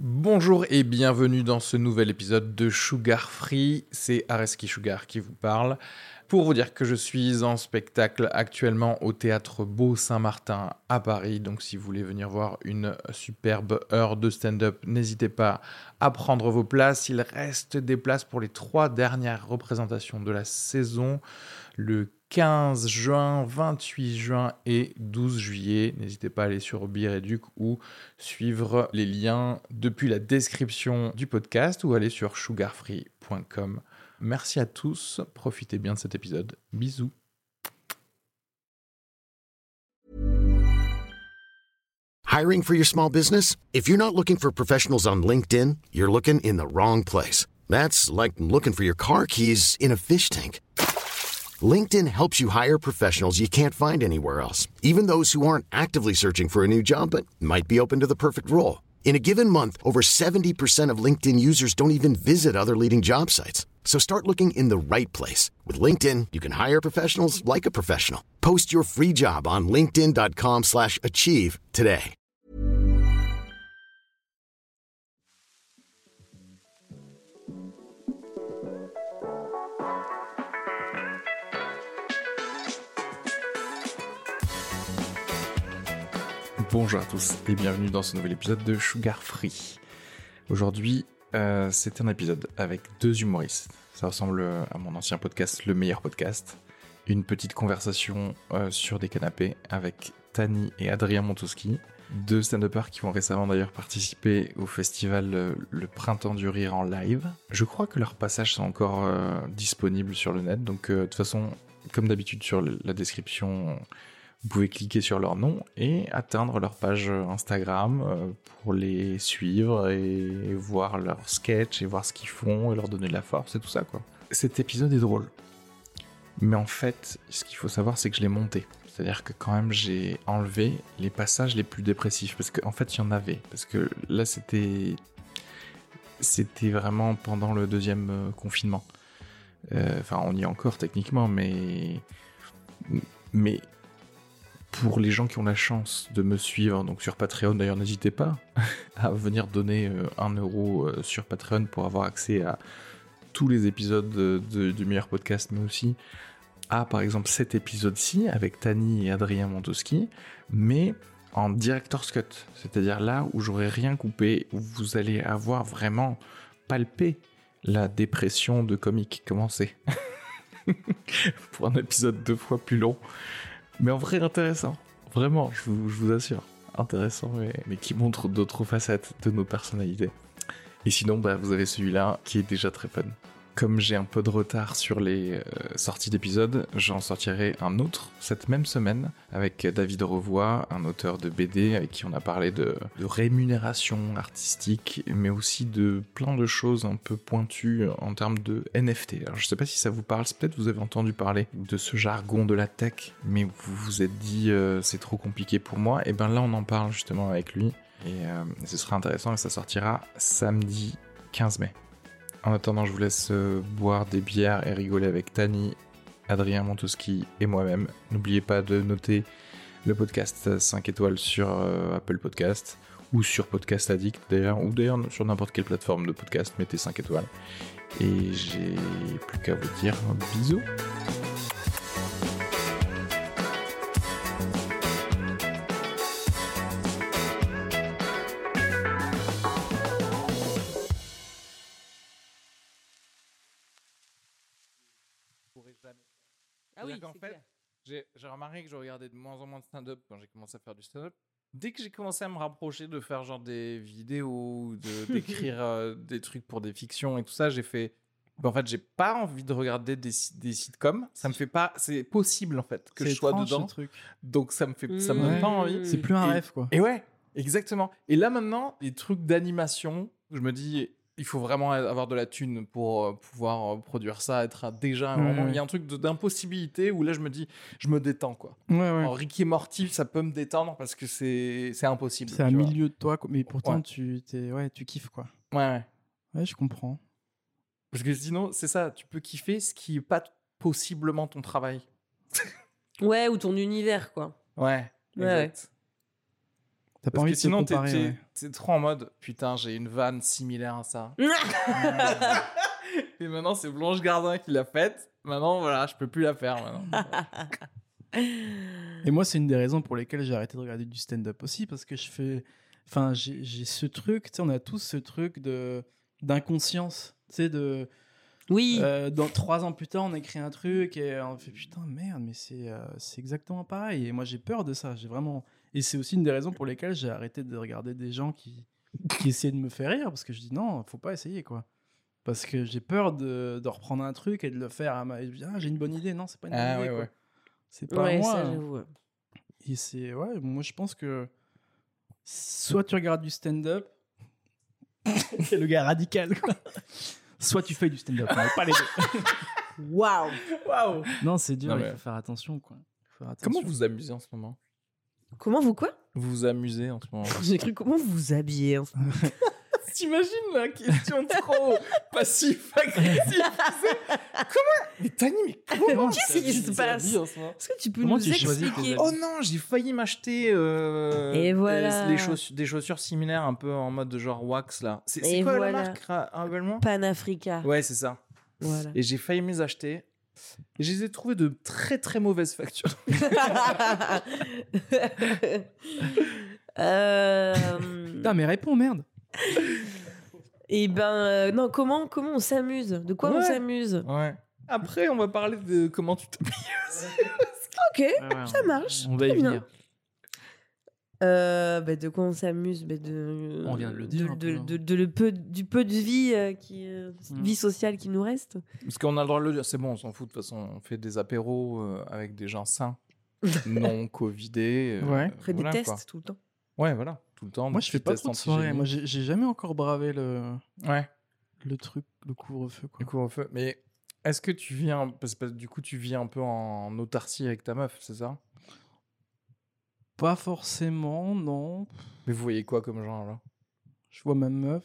Bonjour et bienvenue dans ce nouvel épisode de Sugar Free. C'est Areski Sugar qui vous parle. Pour vous dire que je suis en spectacle actuellement au Théâtre Beau Saint-Martin à Paris. Donc si vous voulez venir voir une superbe heure de stand-up, n'hésitez pas à prendre vos places. Il reste des places pour les 3 dernières représentations de la saison. Le 15 juin, 28 juin et 12 juillet. N'hésitez pas à aller sur Bireduc ou suivre les liens depuis la description du podcast ou aller sur sugarfree.com. Merci à tous, profitez bien de cet épisode. Bisous. Hiring for your small business? If you're not looking for professionals on LinkedIn, you're looking in the wrong place. That's like looking for your car keys in a fish tank. LinkedIn helps you hire professionals you can't find anywhere else, even those who aren't actively searching for a new job but might be open to the perfect role. In a given month, over 70% of LinkedIn users don't even visit other leading job sites. So start looking in the right place. With LinkedIn, you can hire professionals like a professional. Post your free job on linkedin.com/achieve today. Bonjour à tous et bienvenue dans ce nouvel épisode de Sugar Free. Aujourd'hui, c'est un épisode avec 2 humoristes. Ça ressemble à mon ancien podcast, Le Meilleur Podcast. Une petite conversation sur des canapés avec Tani et Adrien Montouski, 2 stand-uppers qui vont récemment d'ailleurs participer au festival Le Printemps du Rire en live. Je crois que leurs passages sont encore disponibles sur le net, donc de toute façon, comme d'habitude sur la description, vous pouvez cliquer sur leur nom et atteindre leur page Instagram pour les suivre et voir leurs sketchs et voir ce qu'ils font et leur donner de la force et tout ça, quoi. Cet épisode est drôle. Mais en fait, ce qu'il faut savoir, c'est que je l'ai monté. C'est-à-dire que quand même, j'ai enlevé les passages les plus dépressifs. Parce qu'en fait, il y en avait. Parce que là, c'était vraiment pendant le 2e confinement. Enfin, on y est encore techniquement, mais pour les gens qui ont la chance de me suivre, donc sur Patreon, d'ailleurs, n'hésitez pas à venir donner 1 euro sur Patreon pour avoir accès à tous les épisodes du meilleur podcast, mais aussi à, par exemple, cet épisode-ci avec Tani et Adrien Montouski, mais en director's cut, c'est-à-dire là où j'aurais rien coupé, où vous allez avoir vraiment palpé la dépression de comique. Comment c'est pour un épisode 2 fois plus long. Mais en vrai, intéressant. Vraiment, je vous assure. Intéressant, mais qui montre d'autres facettes de nos personnalités. Et sinon, vous avez celui-là qui est déjà très fun. Comme j'ai un peu de retard sur les sorties d'épisodes, j'en sortirai un autre cette même semaine avec David Revoy, un auteur de BD avec qui on a parlé de rémunération artistique, mais aussi de plein de choses un peu pointues en termes de NFT. Alors je sais pas si ça vous parle, peut-être vous avez entendu parler de ce jargon de la tech, mais vous vous êtes dit c'est trop compliqué pour moi. Et ben là on en parle justement avec lui et ce sera intéressant et ça sortira samedi 15 mai. En attendant, je vous laisse boire des bières et rigoler avec Tani, Adrien Montouski et moi-même. N'oubliez pas de noter le podcast 5 étoiles sur Apple Podcast ou sur Podcast Addict d'ailleurs, ou d'ailleurs sur n'importe quelle plateforme de podcast, mettez 5 étoiles. Et j'ai plus qu'à vous dire bisous. Ah oui, en c'est fait, clair. j'ai remarqué que je regardais de moins en moins de stand-up quand j'ai commencé à faire du stand-up. Dès que j'ai commencé à me rapprocher de faire genre des vidéos, d'écrire des trucs pour des fictions et tout ça, j'ai fait... en fait, j'ai pas envie de regarder des sitcoms. Ça me fait pas... C'est possible, en fait, que je sois étrange, dedans. ce truc. Donc, ça me donne pas envie. C'est plus un rêve, quoi. Et ouais, exactement. Et là, maintenant, les trucs d'animation, je me dis... Il faut vraiment avoir de la thune pour pouvoir produire ça, être déjà... Vraiment, il y a un truc d'impossibilité où là, je me dis, je me détends, quoi. Ouais. Alors, Rick et Morty, ça peut me détendre parce que c'est impossible. C'est à tu vois. milieu de toi, quoi. Mais pourtant, Ouais. tu kiffes, quoi. Ouais. Ouais, je comprends. Parce que sinon, c'est ça, tu peux kiffer ce qui n'est pas possiblement ton travail. Ouais, ou ton univers, quoi. Ouais, exact. T'as pas Parce envie que de te sinon, comparer. Ouais. t'es trop en mode putain, j'ai une vanne similaire à ça. Et maintenant, c'est Blanche Gardin qui l'a faite. Maintenant, voilà, je peux plus la faire maintenant. Et moi, c'est une des raisons pour lesquelles j'ai arrêté de regarder du stand-up aussi, parce que enfin, j'ai ce truc, tu sais, on a tous ce truc d'inconscience, tu sais, Oui. dans 3 ans plus tard, on écrit un truc et on fait putain, merde, mais c'est exactement pareil. Et moi, j'ai peur de ça, j'ai vraiment. Et c'est aussi une des raisons pour lesquelles j'ai arrêté de regarder des gens qui essayaient de me faire rire, parce que je dis non, faut pas essayer, quoi. Parce que j'ai peur de reprendre un truc et de le faire et je dis, j'ai une bonne idée. Non, c'est pas une bonne idée, quoi. C'est pas Ouais, moi. ça, j'avoue. Et c'est, ouais, moi, je pense que soit tu regardes du stand-up, c'est le gars radical, quoi. Soit tu fais du stand-up, mais pas les deux. Waouh. Non, c'est dur, Non, mais- il faut faire attention, quoi. Faut faire attention. Comment vous vous amusez en ce moment? Comment vous quoi? Vous vous amusez en ce moment? J'ai cru comment vous vous habillez. Hein. T'imagines la question trop passif-agressive? Comment? Mais Tani, mais comment? Qu'est-ce qui se passe? Est-ce que tu peux Comment nous tu choisis tes expliquer? habits? Oh non, j'ai failli m'acheter Et voilà. des chaussures similaires un peu en mode de genre wax là. C'est Et quoi voilà. la marque rappelle-moi? Panafrica. Ouais, c'est ça. Voilà. Et j'ai failli me les acheter. Et je les ai trouvés de très très mauvaise facture. Putain, mais réponds, merde. Et ben non, comment on s'amuse? De quoi on Ouais. s'amuse? Ouais. Après, on va parler de comment tu t'habilles. Ok, ça marche. On va y Très bien. venir. Bah, de quoi on s'amuse? Bah, On vient de le dire un peu, hein. Du peu de vie vie sociale qui nous reste. Parce qu'on a le droit de le dire, c'est bon, on s'en fout. De toute façon, on fait des apéros avec des gens sains, non covidés. Ouais. On fait des voilà, tests quoi. tout le temps. Ouais, voilà, tout le temps. Moi, des je fais petits pas tests trop de soirées. antigéniques. Moi, j'ai jamais encore bravé Ouais, le truc, le couvre-feu, quoi. le couvre-feu. Mais est-ce que tu vis parce que du coup, tu vis un peu en autarcie avec ta meuf, c'est ça? Pas forcément, non. Mais vous voyez quoi comme genre là? Je vois ma meuf.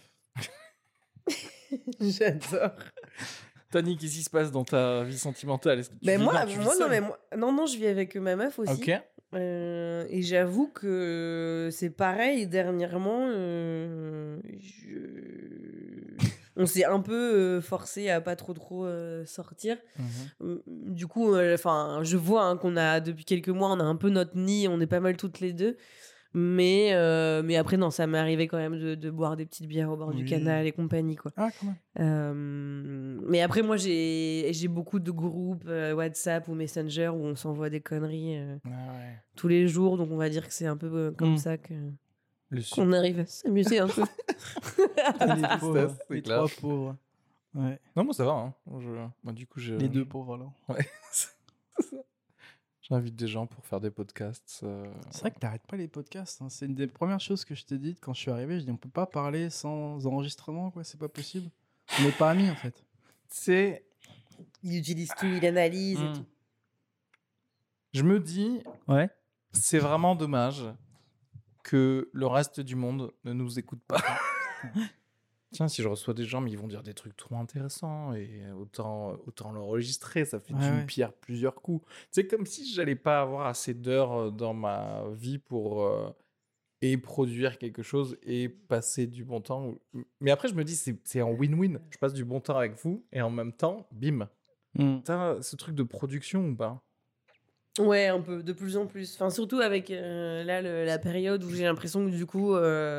J'adore. Tani, qu'est-ce qui se passe dans ta vie sentimentale? Est-ce que tu Ben vis moi, tu vis non, seule? mais moi, non, je vis avec ma meuf aussi. Ok. Et j'avoue que c'est pareil, dernièrement, on s'est un peu forcé à pas trop sortir. Mhm. Du coup, enfin, je vois hein, qu'on a, depuis quelques mois, on a un peu notre nid, on est pas mal toutes les deux. Mais après, non, ça m'est arrivé quand même de boire des petites bières au bord du Oui. canal et compagnie, quoi. Ah, quand même. Mais après, moi, j'ai beaucoup de groupes WhatsApp ou Messenger où on s'envoie des conneries Ah ouais. tous les jours. Donc, on va dire que c'est un peu comme Mm. ça Le qu'on arrive à s'amuser un peu. Les pauvres, c'est les clair. 3 pauvres. Ouais. Non, moi ça va. Hein. Moi, du coup, Les 2 pauvres, alors. Ouais. J'invite des gens pour faire des podcasts. C'est vrai que t'arrêtes pas les podcasts. Hein. C'est une des premières choses que je t'ai dites quand je suis arrivé. Je dis on peut pas parler sans enregistrement, quoi. C'est pas possible. On n'est pas amis, en fait. C'est. Il utilise tout, il analyse et Mm. tout. Je me dis, Ouais. c'est vraiment dommage que le reste du monde ne nous écoute pas. Tiens, si je reçois des gens, mais ils vont dire des trucs trop intéressants et autant l'enregistrer, ça fait Ouais, d'une ouais. pierre plusieurs coups. C'est comme si j'allais pas avoir assez d'heures dans ma vie pour et produire quelque chose et passer du bon temps. Mais après, je me dis, c'est en win-win. Je passe du bon temps avec vous et en même temps, bim. Mm. T'as ce truc de production ou pas? Ouais, un peu, de plus en plus. Enfin, surtout avec là, la période où j'ai l'impression que du coup,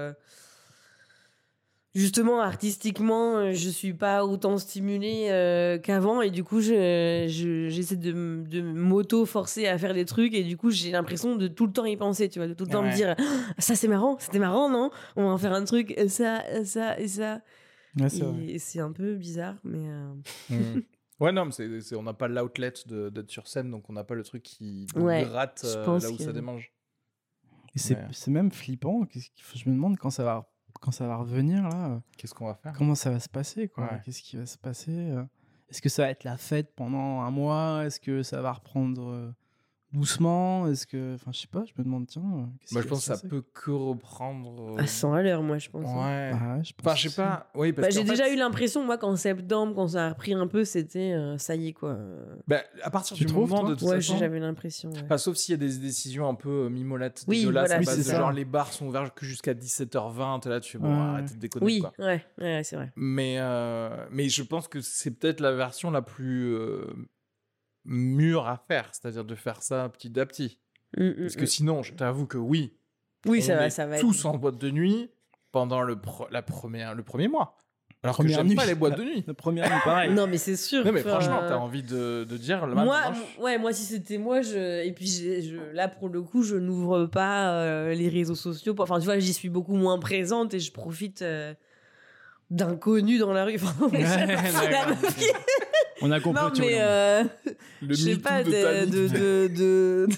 justement, artistiquement, je suis pas autant stimulée qu'avant. Et du coup, j'essaie de m'auto-forcer à faire des trucs. Et du coup, j'ai l'impression de tout le temps y penser, tu vois, de tout le temps me Ouais. dire « Ça, c'est marrant, c'était marrant, non? On va en faire un truc, ça et ça. » Ouais, c'est vrai. Et c'est un peu bizarre, mais... Mm. Ouais, non, mais on n'a pas l'outlet d'être sur scène, donc on n'a pas le truc qui nous Ouais, gratte je pense là où que- ça démange. Et c'est Ouais. c'est même flippant. Je me demande quand ça va revenir, là. Qu'est-ce qu'on va faire? Comment ça va se passer, quoi? Ouais. Qu'est-ce qui va se passer? Est-ce que ça va être la fête pendant un mois? Est-ce que ça va reprendre doucement? Est-ce que, enfin, je sais pas, je me demande, tiens, qu'est-ce Moi, qui je va pense se que ça passer? peut que reprendre. À 100 à l'heure, moi, je pense. Ouais. Ah ouais, je pense Enfin, je sais aussi. pas. Oui, parce J'ai qu'en déjà fait, eu l'impression, moi, qu'en septembre, quand ça a repris un peu, c'était ça y est, quoi. bah, à partir Tu du trouves, moment toi de toute Ouais, façon. j'avais l'impression. Ouais. Enfin, sauf s'il y a des décisions un peu mimolètes, Oui, dégueulasses, voilà, à oui, base c'est de ça. genre les bars sont ouverts que jusqu'à 17h20, et là tu fais bon, Ouais. arrêtez de déconner Oui, quoi. ouais, c'est vrai. Mais je pense que c'est peut-être la version la plus mûre à faire, c'est-à-dire de faire ça petit à petit. Parce que sinon, je t'avoue que oui, Oui, on est ça va tous être... en boîte de nuit pendant le premier mois. Alors que Première j'aime nuit. pas les boîtes de nuit. La première nuit, pareil. Non, mais c'est sûr. Non mais enfin, franchement, t'as envie de dire le Moi, matin. moi, si c'était moi, et puis là, pour le coup, je n'ouvre pas les réseaux sociaux. Enfin, tu vois, j'y suis beaucoup moins présente et je profite d'inconnus dans la rue. Enfin, Ouais, la d'accord. meuf qui- On a compris non, où tu mais voulais Le je sais MeToo pas, de ta vie.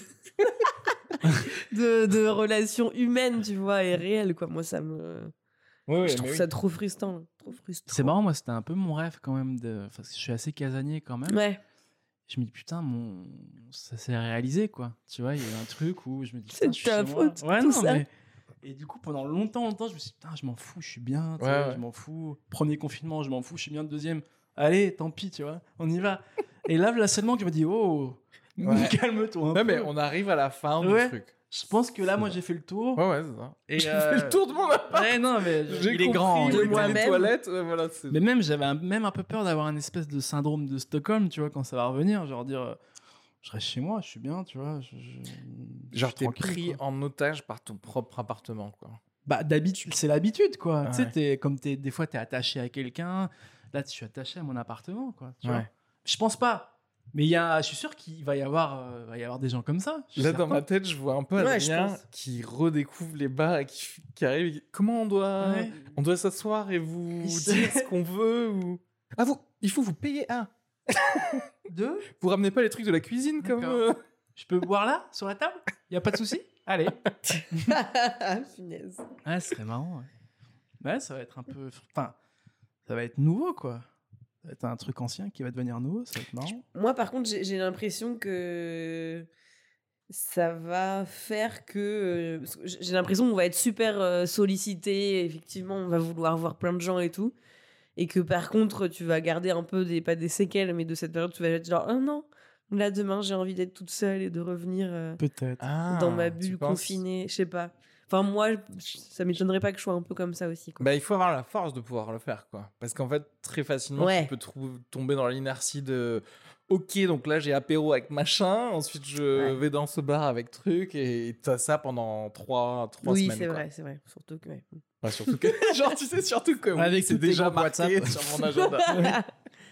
de relations humaines, tu vois, et réelles, quoi. Moi, Ouais, je trouve ça trop frustrant. Trop frustrant. C'est marrant, moi, c'était un peu mon rêve quand même. Parce que je suis assez casanier quand même. Ouais. Je me dis, putain, ça s'est réalisé, quoi. Tu vois, il y a eu un truc où je me dis, C'est putain, je suis ta chez moi. faute, Ouais, tout non, ça. mais... Et du coup, pendant longtemps, je me suis dit, putain, je m'en fous, je suis bien, tu Ouais, vois, ouais. je m'en fous. Premier confinement, je m'en fous, je suis bien. Deuxième, allez, tant pis, tu vois, on y va. Et là seulement que je me dis, oh, Ouais. calme-toi un Non peu. mais on arrive à la fin Ouais. du truc. Je pense que là, moi, j'ai fait le tour. Ouais, c'est ça. Et J'ai fait le tour de mon appart. Ouais, non, mais J'ai il est compris grand. où il est étaient grand. les moi-même. toilettes. Ouais, voilà, c'est... Mais même, j'avais même un peu peur d'avoir un espèce de syndrome de Stockholm, tu vois, quand ça va revenir. Genre dire, je reste chez moi, je suis bien, tu vois. Genre suis t'es tranquille, pris quoi. en otage par ton propre appartement, quoi. Bah, d'habitude, c'est l'habitude, quoi. Ouais. Tu sais, des fois, t'es attaché à quelqu'un. Là, je suis attaché à mon appartement, quoi. Tu vois. Ouais. Je pense pas. Mais je suis sûr qu'il va y avoir des gens comme ça. Je suis Là, dans certain. ma tête, je vois un peu Ouais, je Adrien pense. qui redécouvre les bars et qui arrive et qui... Comment Ouais. on doit s'asseoir et vous dire ce qu'on veut ou... Ah, il faut vous payer un. Deux. Vous ramenez pas les trucs de la cuisine comme... D'accord. Je peux boire là, sur la table? Y a pas de souci? Allez. Punaise. Ouais, ce serait marrant. Ouais, ça va être un peu. Enfin, ça va être nouveau, quoi. Ça va être un truc ancien qui va devenir nouveau, ça va être marrant. Moi, par contre, j'ai l'impression que ça va faire que... parce que j'ai l'impression qu'on va être super sollicité. Effectivement, on va vouloir voir plein de gens et tout. Et que par contre, tu vas garder un peu pas des séquelles, mais de cette période, tu vas être genre, oh non, là, demain, j'ai envie d'être toute seule et de revenir Peut-être. Ah, dans ma tu bulle penses confinée. Je sais pas. Enfin, moi, ça m'étonnerait pas que je sois un peu comme ça aussi, quoi. Bah, il faut avoir la force de pouvoir le faire, quoi. Parce qu'en fait, très facilement, Ouais. tu peux tomber dans l'inertie de... Ok, donc là, j'ai apéro avec machin, ensuite je Ouais. vais dans ce bar avec truc, et t'as ça pendant 3 Oui, semaines, c'est quoi. vrai, c'est vrai. Surtout que... ouais. Ouais, surtout que... Genre, tu sais, surtout que... oui, Avec c'est tous tes déjà groupes marqué WhatsApp. sur mon agenda.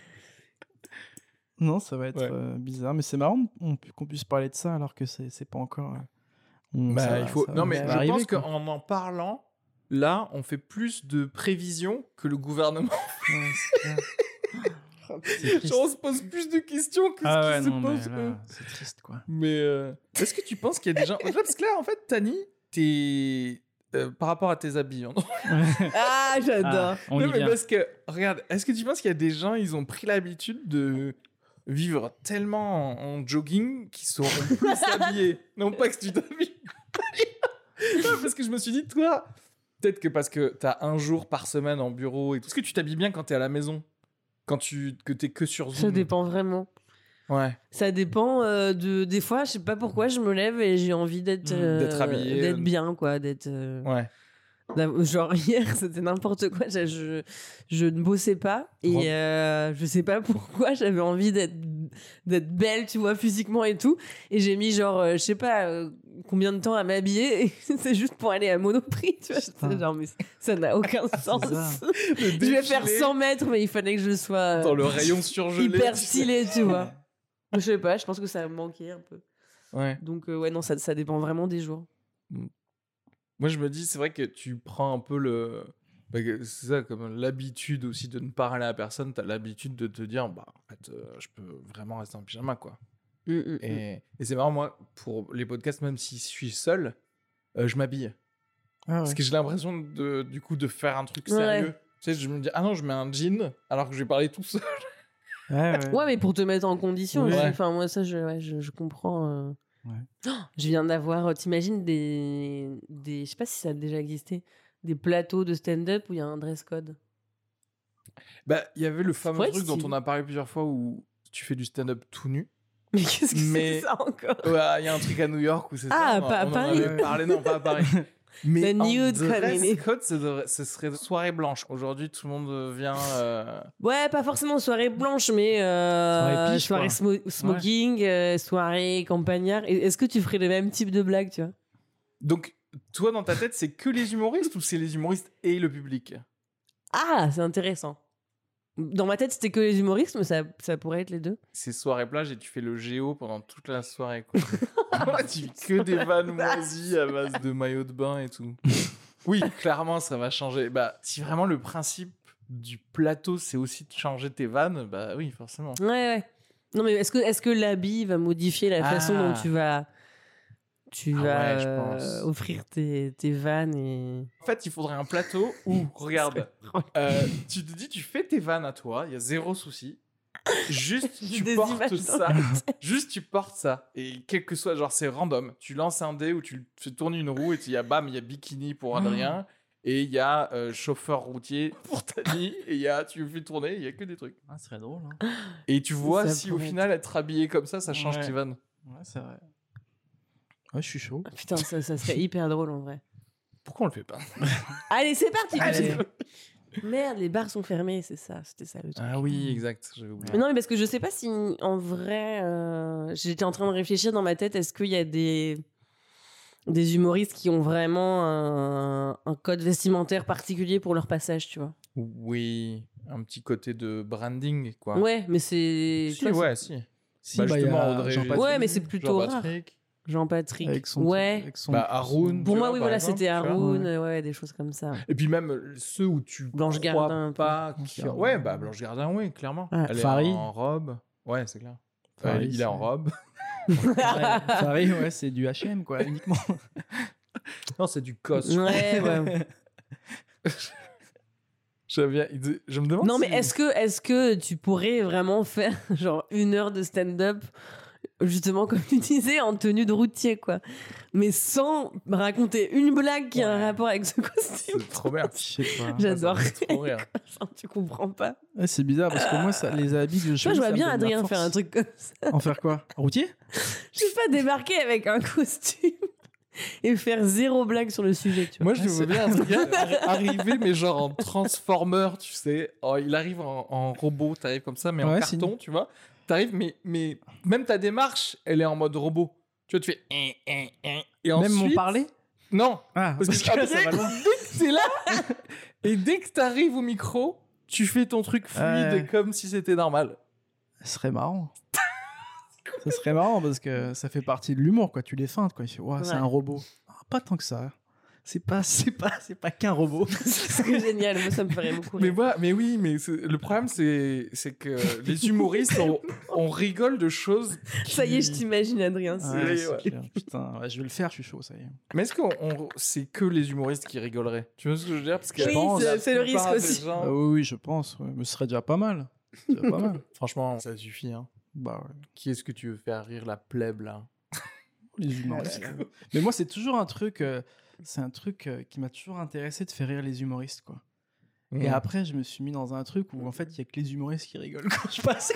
Non, ça va être Ouais. bizarre, mais c'est marrant qu'on puisse parler de ça alors que c'est pas encore. Bah, ça il va- faut... ça Non, va mais je arriver, pense quoi. qu'en en parlant, là, on fait plus de prévisions que le gouvernement. Ouais, c'est clair. C'est triste. Genre, on se pose plus de questions que Ah ce ouais, qui se non, mais pose. là, c'est triste, quoi. Mais est-ce que tu penses qu'il y a des gens... Parce que là, en fait, Tani, t'es... par rapport à tes habits, hein. Ah, j'adore. Ah, on Non, y mais vient. parce que, regarde, est-ce que tu penses qu'il y a des gens, ils ont pris l'habitude de vivre tellement en jogging qu'ils seront plus habillés? Non, pas que tu t'habilles. Non, parce que je me suis dit, toi, peut-être que parce que t'as un jour par semaine en bureau et tout. Est-ce que tu t'habilles bien quand t'es à la maison? Que t'es que sur Zoom? Ça dépend vraiment. Ouais. Ça dépend des fois, je sais pas pourquoi, je me lève et j'ai envie d'être D'être habillée, d'être bien, quoi, d'être Ouais. genre hier, c'était n'importe quoi, je ne bossais pas et je sais pas pourquoi j'avais envie d'être belle, tu vois, physiquement et tout, et j'ai mis genre je sais pas combien de temps à m'habiller, et c'est juste pour aller à Monoprix, tu vois. Putain. Genre, mais ça n'a aucun sens. bizarre. Je vais faire 100 mètres, mais il fallait que je sois Dans le rayon surgelé. hyper tu sais. stylée, tu vois. Je sais pas, je pense que ça me manquait un peu. Ouais. Donc ouais, non, ça dépend vraiment des jours. Moi, je me dis, c'est vrai que tu prends un peu le... Bah, c'est ça, comme l'habitude aussi de ne pas parler à personne, t'as l'habitude de te dire, bah, en fait, je peux vraiment rester en pyjama, quoi. Et c'est marrant, moi, pour les podcasts, même si je suis seul, je m'habille. Ah ouais. Parce que j'ai l'impression, du coup, de faire un truc Ouais. sérieux. Tu sais, je me dis, ah non, je mets un jean, alors que je vais parler tout seul. Ouais, ouais. Ouais, mais pour te mettre en condition Oui. aussi. Ouais. Enfin, moi, ça, je comprends. Je viens d'avoir, t'imagines je sais pas si ça a déjà existé, des plateaux de stand-up où il y a un dress code. Bah, il y avait le fameux Ouais, truc dont si. on a parlé plusieurs fois où tu fais du stand-up tout nu. Mais qu'est-ce que c'est ça encore? Ouais, il y a un truc à New York où c'est Ah, ça. pas à on en Paris. avait parlé, non, pas à Paris. Mais The en nude dress comedy. code, ce serait soirée blanche. Aujourd'hui, tout le monde vient... Ouais, pas forcément soirée blanche, mais Soirée piche, quoi. smoking, soirée campagnard. Est-ce que tu ferais le même type de blague, tu vois? Donc, toi, dans ta tête, c'est que les humoristes ou c'est les humoristes et le public? Ah, c'est intéressant. Dans ma tête, c'était que les humoristes, mais ça pourrait être les deux. C'est soirée plage et tu fais le géo pendant toute la soirée, quoi. Tu fais que des vannes moisies à base de maillot de bain et tout. Oui, clairement, ça va changer. Bah, si vraiment le principe du plateau, c'est aussi de changer tes vannes, bah oui, forcément. Ouais. Non, mais est-ce que l'habit va modifier la façon dont tu vas ouais, je pense. offrir tes vannes et... En fait, il faudrait un plateau où, regarde, tu te dis, tu fais tes vannes à toi, il y a zéro souci. Juste, tu Des portes images dans ça. Juste, tu portes ça. Et quel que soit, genre, c'est random. Tu lances un dé où tu fais tourner une roue et il y a bam, il y a bikini pour Adrien. Et il y a chauffeur routier pour Tani. Et il y a, tu fais tourner, il y a que des trucs. Ah, ce serait drôle. Et tu vois Ça si au pourrait final, être habillé comme ça change Ouais. tes vannes. Ouais, c'est vrai. Ouais, je suis chaud. Putain, ça serait hyper drôle en vrai. Pourquoi on le fait pas? Allez, c'est parti. Allez. Merde, les bars sont fermés, c'était ça le truc. Ah oui, exact, j'avais oublié. Mais non, mais parce que je sais pas si en vrai, j'étais en train de réfléchir dans ma tête, est-ce qu'il y a des humoristes qui ont vraiment un code vestimentaire particulier pour leur passage, tu vois? Oui, un petit côté de branding, quoi. Ouais, mais c'est... Si, tu vois, ouais, si. Si, Bah, il y justement, a Audrey- Jean-Patrick. Ouais, mais c'est plutôt rare. Jean-Patrick. Jean-Patrick. Avec son, ouais. avec son- Bah, Haroun. Pour tu moi, vois, oui, par voilà, exemple, c'était tu vois. Haroun, ouais, des choses comme ça. Et puis même ceux où tu Blanche crois Gardin, un peu. pas... Blanche qui- Gardin. Ouais, bah Blanche Gardin, oui, clairement. Ouais. Elle est Farid. en robe. Ouais, c'est clair. Farid, Il est en c'est- robe. Farid, ouais, c'est du H&M, quoi, uniquement. Non, c'est du cos. Ouais. Je me demande Non, mais si- est-ce que tu pourrais vraiment faire genre 1 heure de stand-up, justement comme tu disais, en tenue de routier, quoi, mais sans raconter une blague qui a un Ouais. rapport avec ce costume? C'est trop bien. Je sais pas. J'adore. Ça me fait trop rire. Genre, tu comprends pas. Ouais, c'est bizarre parce que moi, ça, les habits que je Moi, je choisis, vois ça me bien donne la Adrien force. faire un truc comme ça. En faire quoi? Routier? Je sais pas, débarquer avec un costume et faire 0 blague sur le sujet, tu vois. Moi, je le vois bien Adrien arriver, mais genre en Transformer, tu sais. Oh, il arrive en robot, t'arrives comme ça, mais en Ouais, carton, tu vois. T'arrives, mais même ta démarche, elle est en mode robot. Tu vois, tu fais... Et Même mon ensuite- parler? Non, Ah, parce que là, après, ça va loin. dès que t'es là, et dès que t'arrives au micro, tu fais ton truc fluide Ouais. comme si c'était normal. Ce serait marrant. Ça serait marrant parce que ça fait partie de l'humour, quoi. Tu les feintes, quoi. Tu fais, ouais, c'est Ouais. un robot. Ah, pas tant que ça. C'est pas qu'un robot. C'est génial, moi, ça me ferait beaucoup Mais rire. moi, mais oui, mais le problème, c'est que les humoristes, on rigole de choses. Ça y est, je qui- t'imagine, Adrien. Ouais, c'est ouais. clair. Putain, ouais, je vais le faire, je suis chaud, ça y est. Mais est-ce que c'est que les humoristes qui rigoleraient? Tu vois ce que je veux dire? Parce que Oui, pense, c'est le la plupart risque des aussi. gens- Ah oui, je pense. Ouais. Mais ce serait déjà pas mal. C'est déjà pas mal. Franchement, ça suffit. Hein. Bah ouais. Qui est-ce que tu veux faire rire la plèbe là? Les humoristes. Mais moi, c'est toujours un truc. C'est un truc qui m'a toujours intéressé de faire rire les humoristes, quoi. Et après, je me suis mis dans un truc où en fait, il y a que les humoristes qui rigolent quand je passe.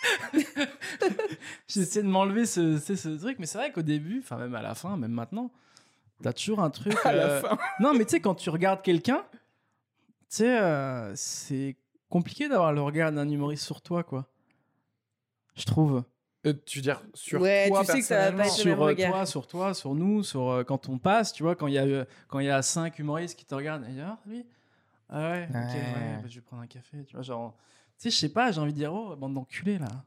J'essaie de m'enlever ce truc, mais c'est vrai qu'au début, enfin même à la fin, même maintenant, t'as toujours un truc. À la fin. Non, mais tu sais, quand tu regardes quelqu'un, tu sais, c'est compliqué d'avoir le regard d'un humoriste sur toi, quoi. Je trouve. Tu veux dire sur Ouais, toi tu sais que ça va pas personnellement? être le même Sur regard. toi, sur nous, sur quand on passe, tu vois, quand il y a 5 humoristes qui te regardent, et ah, lui, ah ouais, ok, Ouais. ouais, bah, je vais prendre un café, tu vois, genre, tu sais, je sais pas, j'ai envie de dire, oh, bande d'enculés, là.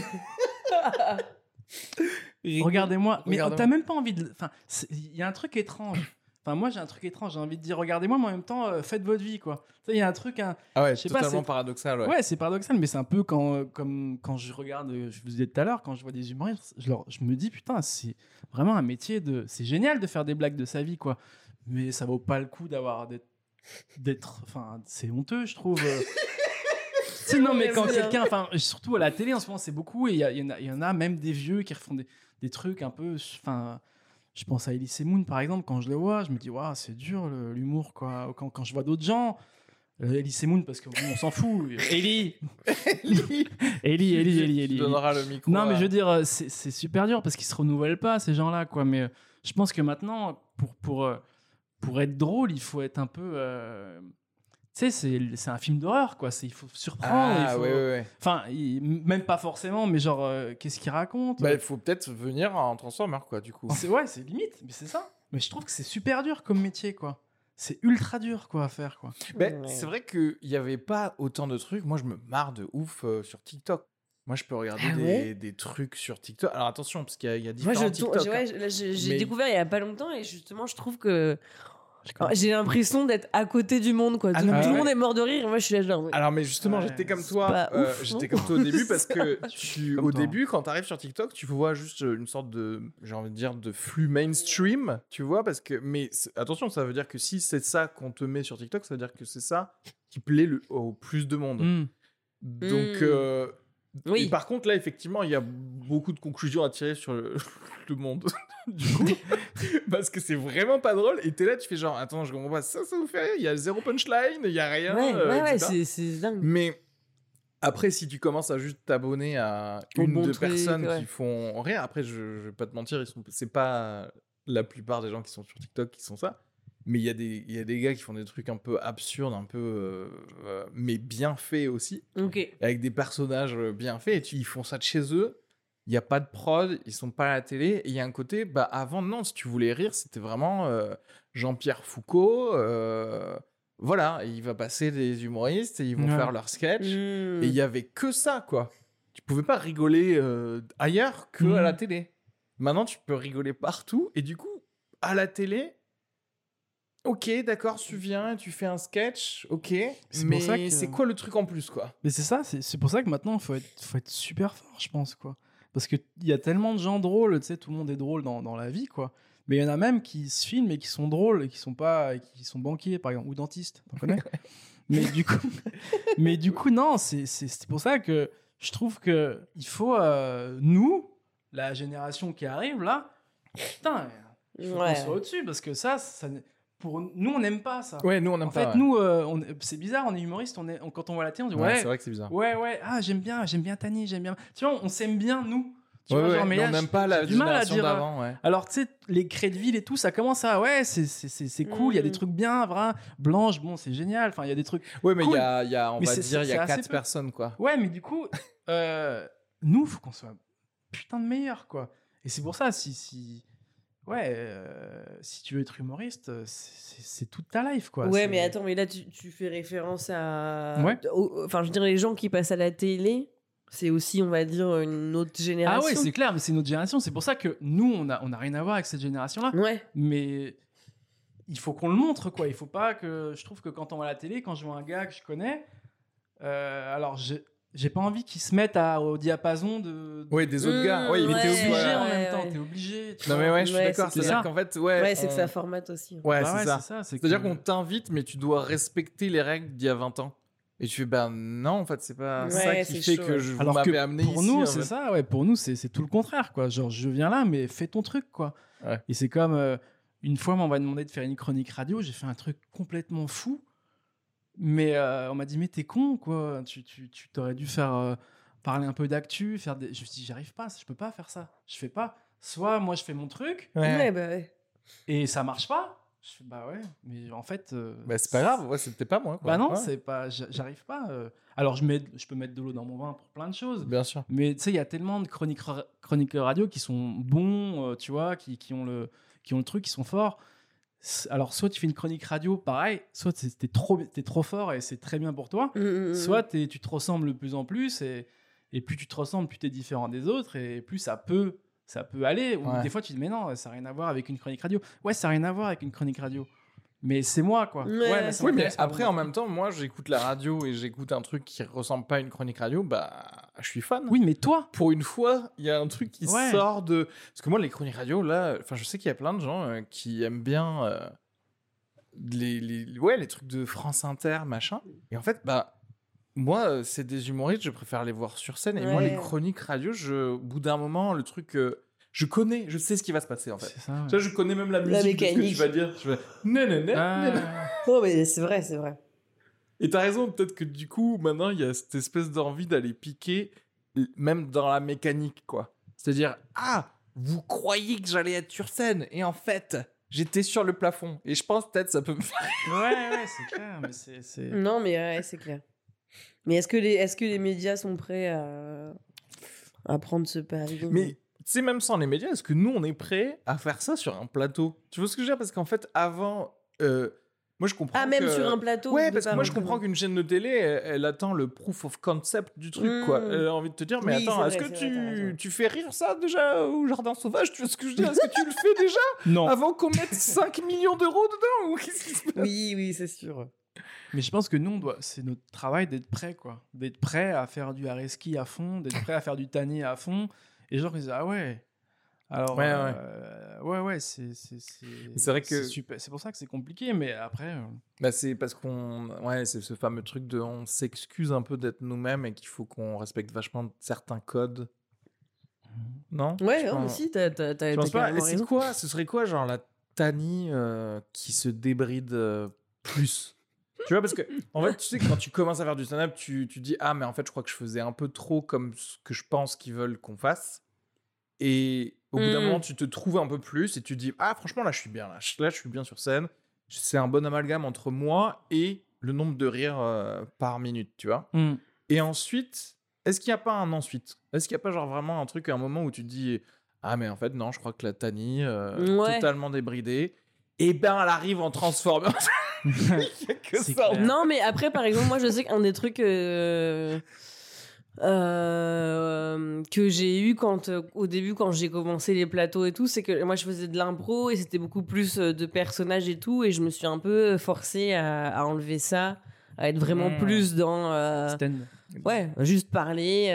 Regardez-moi, mais Regardez-moi. t'as même pas envie de, enfin, il y a un truc étrange. Enfin, moi, j'ai un truc étrange, j'ai envie de dire, regardez-moi, mais en même temps, faites votre vie, quoi. Tu sais, il y a un truc, Ah ouais, je sais pas, totalement c'est- paradoxal. Ouais. Ouais, c'est paradoxal, mais c'est un peu comme quand je regarde, je vous disais tout à l'heure, quand je vois des humoristes, je me dis, putain, c'est vraiment un métier de. C'est génial de faire des blagues de sa vie, quoi. Mais ça vaut pas le coup d'être. Enfin, c'est honteux, je trouve. Tu sais, non, mais quand Bien. quelqu'un. Enfin, surtout à la télé en ce moment, c'est beaucoup, et il y en a même des vieux qui refont des des trucs un peu. Enfin, je pense à Elise Moon, par exemple, quand je le vois, je me dis, waouh, c'est dur l'humour, quoi. Quand je vois d'autres gens. Elise Moon, parce qu'on s'en fout. Ellie. Tu donneras le micro. Non, mais je veux dire, c'est super dur parce qu'ils se renouvellent pas, ces gens-là, quoi. Mais je pense que maintenant, pour être drôle, il faut être un peu. Tu sais, c'est un film d'horreur, quoi. Il faut surprendre. Ah, ouais. Enfin, même pas forcément, mais genre, qu'est-ce qu'il raconte? Bah, il faut peut-être venir en Transformer, quoi, du coup. C'est limite, mais c'est ça. Mais je trouve que c'est super dur comme métier, quoi. C'est ultra dur, quoi, à faire, quoi. C'est vrai qu'il n'y avait pas autant de trucs. Moi, je me marre de ouf sur TikTok. Moi, je peux regarder des trucs sur TikTok. Alors, attention, parce qu'il y a différents TikTok. J'ai découvert il y a pas longtemps et justement, je trouve que j'ai l'impression d'être à côté du monde, quoi. Tout le monde est mort de rire et moi, je suis là genre... Alors, mais justement, j'étais comme toi. J'étais comme toi au début parce que au début, quand tu arrives sur TikTok, tu vois juste une sorte de, j'ai envie de dire, de flux mainstream, tu vois, parce que, mais attention, ça veut dire que si c'est ça qu'on te met sur TikTok, ça veut dire que c'est ça qui plaît au plus de monde. Donc, et par contre, là, effectivement, il y a beaucoup de conclusions à tirer sur le monde. Du coup, parce que c'est vraiment pas drôle. Et t'es là, tu fais genre, attends, je comprends pas, ça vous fait rire. Il y a zéro punchline, il y a rien. C'est dingue. Mais après, si tu commences à juste t'abonner à une ou deux personnes qui font rien, après, je vais pas te mentir, c'est pas la plupart des gens qui sont sur TikTok qui sont ça. Mais il y a des gars qui font des trucs un peu absurdes, un peu mais bien faits aussi. Avec des personnages bien faits. Et ils font ça de chez eux. Il n'y a pas de prod, ils sont pas à la télé. Et il y a un côté, avant, non, si tu voulais rire, c'était vraiment Jean-Pierre Foucault. Voilà, il va passer des humoristes et ils vont faire leur sketch. Et il y avait que ça, quoi. Tu pouvais pas rigoler ailleurs que à la télé. Maintenant, tu peux rigoler partout. Et du coup, à la télé, ok, d'accord, tu viens, tu fais un sketch, ok. Mais c'est quoi le truc en plus, quoi? Mais c'est ça, c'est pour ça que maintenant, faut être super fort, je pense, quoi. Parce qu'il y a tellement de gens drôles, tu sais, tout le monde est drôle dans la vie, quoi. Mais il y en a même qui se filment et qui sont drôles et qui sont banquiers, par exemple, ou dentistes, t'en connais? mais du coup, non, c'est pour ça que je trouve que il faut, nous, la génération qui arrive, là, putain, il faut qu'on soit au-dessus, parce que ça pour nous, on n'aime pas ça. Ouais, nous, on n'aime pas. En fait, nous, c'est bizarre, on est humoriste, quand on voit la télé, on dit ouais, c'est vrai que c'est bizarre. Ouais, ah, j'aime bien Tani, j'aime bien. Tu vois, on s'aime bien, nous. Tu vois, genre, mais on n'aime pas la génération d'avant, ouais. Alors, tu sais, les craies de ville et tout, ça commence à, c'est cool, il y a des trucs bien, vrai. Blanche, bon, c'est génial, enfin, il y a des trucs. Ouais, mais cool. il y a, on va dire, il y a 4 personnes, quoi. Ouais, mais du coup, nous, faut qu'on soit putain de meilleurs, quoi. Et c'est pour ça, si tu veux être humoriste, c'est toute ta life, quoi. Ouais, mais attends, mais là, tu fais référence à... Ouais. Enfin, je veux dire, les gens qui passent à la télé, c'est aussi, on va dire, une autre génération. Ah ouais, c'est clair, mais c'est une autre génération. C'est pour ça que nous, on a rien à voir avec cette génération-là. Ouais. Mais il faut qu'on le montre, quoi. Il faut pas que... Je trouve que quand on va à la télé, quand je vois un gars que je connais... alors, j'ai pas envie qu'ils se mettent au diapason de... Ouais, des autres gars. Ouais, il était obligé en même temps. T'es obligé. Non, mais ouais, je suis d'accord. C'est-à-dire qu'en fait, c'est que ça formate aussi. Ouais, c'est ça. C'est-à-dire qu'on t'invite, mais tu dois respecter les règles d'il y a 20 ans. Et tu fais, non, en fait, c'est pas ça qui fait que je m'avais amené ici. Pour nous, c'est ça, ouais. Pour nous, c'est tout le contraire, quoi. Genre, je viens là, mais fais ton truc, quoi. Ouais. Et c'est comme, une fois, on m'a demandé de faire une chronique radio. J'ai fait un truc complètement fou. Mais on m'a dit, mais t'es con, quoi. Tu t'aurais dû faire parler un peu d'actu. Je me suis dit, j'arrive pas, je peux pas faire ça. Je fais pas. Soit moi, je fais mon truc. Ouais. Et ça marche pas. Je fais, ouais, mais en fait... c'est pas grave, ouais, c'était pas moi, quoi. Bah non, c'est pas... J'arrive pas... Alors, je peux mettre de l'eau dans mon vin pour plein de choses. Bien sûr. Mais tu sais, il y a tellement de chroniques radio qui sont bons, tu vois, qui ont le truc, qui sont forts. Alors, soit tu fais une chronique radio, pareil, soit t'es trop fort et c'est très bien pour toi, soit tu te ressembles de plus en plus, et plus tu te ressembles, plus t'es différent des autres, et plus ça peut aller. Ou des fois, tu te dis, mais non, ça n'a rien à voir avec une chronique radio. Ouais, ça n'a rien à voir avec une chronique radio. Mais c'est moi, quoi. Oui, mais après, en même temps, moi, j'écoute la radio et j'écoute un truc qui ressemble pas à une chronique radio, je suis fan. Oui, mais toi, pour une fois, il y a un truc qui sort de... Parce que moi, les chroniques radio, là, je sais qu'il y a plein de gens qui aiment bien les trucs de France Inter, machin. Et en fait, moi, c'est des humoristes, je préfère les voir sur scène. Et moi, les chroniques radio, au bout d'un moment, le truc... je sais ce qui va se passer en fait. C'est ça, ouais. Tu vois, je connais même la musique de ce que tu mécanique. vas dire. Je fais Ah, Non, mais c'est vrai, c'est vrai. Et t'as raison, peut-être que du coup, maintenant, il y a cette espèce d'envie d'aller piquer, même dans la mécanique, quoi. C'est-à-dire, vous croyez que j'allais être sur scène, et en fait, j'étais sur le plafond. Et je pense peut-être ça peut me faire... ouais, c'est clair, mais c'est... Non, mais ouais, c'est clair. Mais est-ce que les médias sont prêts à prendre ce pari? Mais tu sais, même sans les médias, est-ce que nous, on est prêts à faire ça sur un plateau? Tu vois ce que je veux dire? Parce qu'en fait, avant... moi, je comprends même que... sur un plateau. Ouais, de parce que pas moi, je montrer. comprends qu'une chaîne de télé, elle attend le proof of concept du truc, quoi. Elle a envie de te dire, mais Oui, attends, c'est est-ce vrai, que c'est vrai, t'as raison. tu fais rire ça, déjà, au Jardin Sauvage? Tu vois ce que je veux dire? Est-ce que tu le fais déjà Non. avant qu'on mette 5 millions d'euros dedans? Ou qu'est-ce qui se passe? Oui, c'est sûr. Mais je pense que nous, c'est notre travail d'être prêt, quoi. D'être prêt à faire du Areski à fond, d'être prêt à faire du Tani à fond. Et genre, ils disent, ah ouais. Alors, ouais, c'est vrai que- c'est super. C'est pour ça que c'est compliqué, mais après... Bah, c'est parce c'est ce fameux truc de on s'excuse un peu d'être nous-mêmes et qu'il faut qu'on respecte vachement certains codes. Non? Ouais, Tu non, mais penses- si, t'as tu penses pas? carrément Et c'est raison. quoi? Ce serait quoi, genre, la Tani qui se débride plus? Tu vois, parce que, en fait, tu sais, quand tu commences à faire du stand-up, tu dis, ah, mais en fait, je crois que je faisais un peu trop comme ce que je pense qu'ils veulent qu'on fasse. Et au bout d'un moment, tu te trouves un peu plus et tu dis, ah, franchement, là, je suis bien. Là, je suis bien sur scène. C'est un bon amalgame entre moi et le nombre de rires par minute, tu vois. Et ensuite, est-ce qu'il n'y a pas un ensuite? Est-ce qu'il n'y a pas genre vraiment un truc, un moment où tu te dis, ah, mais en fait, non, je crois que la Tani, Ouais. totalement débridée, et ben, elle arrive en transformer. Il y a que C'est ça. clair. Non, mais après, par exemple, moi, je sais qu'un des trucs que j'ai eu au début, quand j'ai commencé les plateaux et tout, c'est que moi, je faisais de l'impro et c'était beaucoup plus de personnages et tout, et je me suis un peu forcée à enlever ça, à être vraiment plus dans Stand. ouais, juste parler,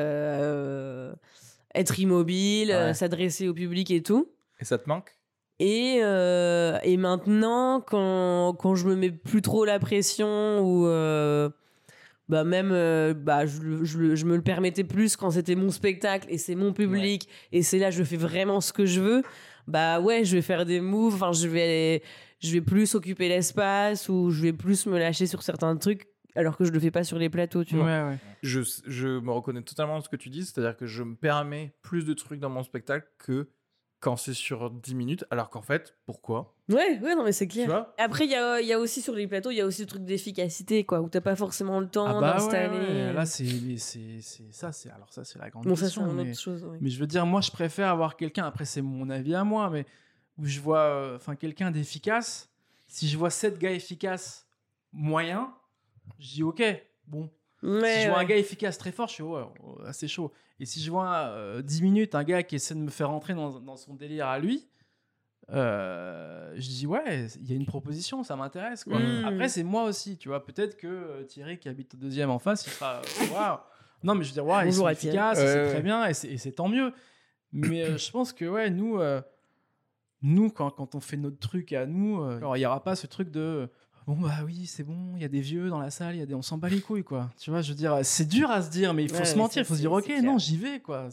être immobile, Ouais. s'adresser au public et tout. Et ça te manque? Et maintenant, quand je me mets plus trop la pression ou bah même je me le permettais plus quand c'était mon spectacle et c'est mon public et c'est là je fais vraiment ce que je veux, bah ouais, je vais faire des moves, enfin je vais plus occuper l'espace ou je vais plus me lâcher sur certains trucs alors que je le fais pas sur les plateaux, tu vois. Ouais. Je me reconnais totalement dans ce que tu dis, c'est-à-dire que je me permets plus de trucs dans mon spectacle que quand c'est sur 10 minutes, alors qu'en fait, pourquoi? Ouais, non mais c'est Tu clair. vois? Après il y a aussi sur les plateaux, il y a aussi le truc d'efficacité quoi, où t'as pas forcément le temps Ah bah d'installer. ouais. Là, c'est ça, c'est la grande Bon, ça c'est question. une mais... autre chose. Ouais. Mais je veux dire, moi, je préfère avoir quelqu'un, après, c'est mon avis à moi, mais où je vois quelqu'un d'efficace. Si je vois 7 gars efficaces moyens, je dis OK, bon. Si je vois un gars efficace très fort, je suis assez chaud. Et si je vois 10 minutes un gars qui essaie de me faire rentrer dans son délire à lui, je dis ouais, il y a une proposition, ça m'intéresse, quoi. Après, c'est moi aussi, tu vois. Peut-être que Thierry, qui habite au deuxième en face, il sera waouh. Non, mais je veux dire, waouh, ils sont Bonjour à Thierry. efficaces, c'est très bien, et c'est tant mieux. Mais je pense que ouais, nous quand on fait notre truc à nous, il y aura pas ce truc de bon bah oui, c'est bon, il y a des vieux dans la salle, on s'en bat les couilles, quoi. Tu vois, je veux dire, c'est dur à se dire, mais il faut se mentir, il faut se dire OK, non, j'y vais, quoi.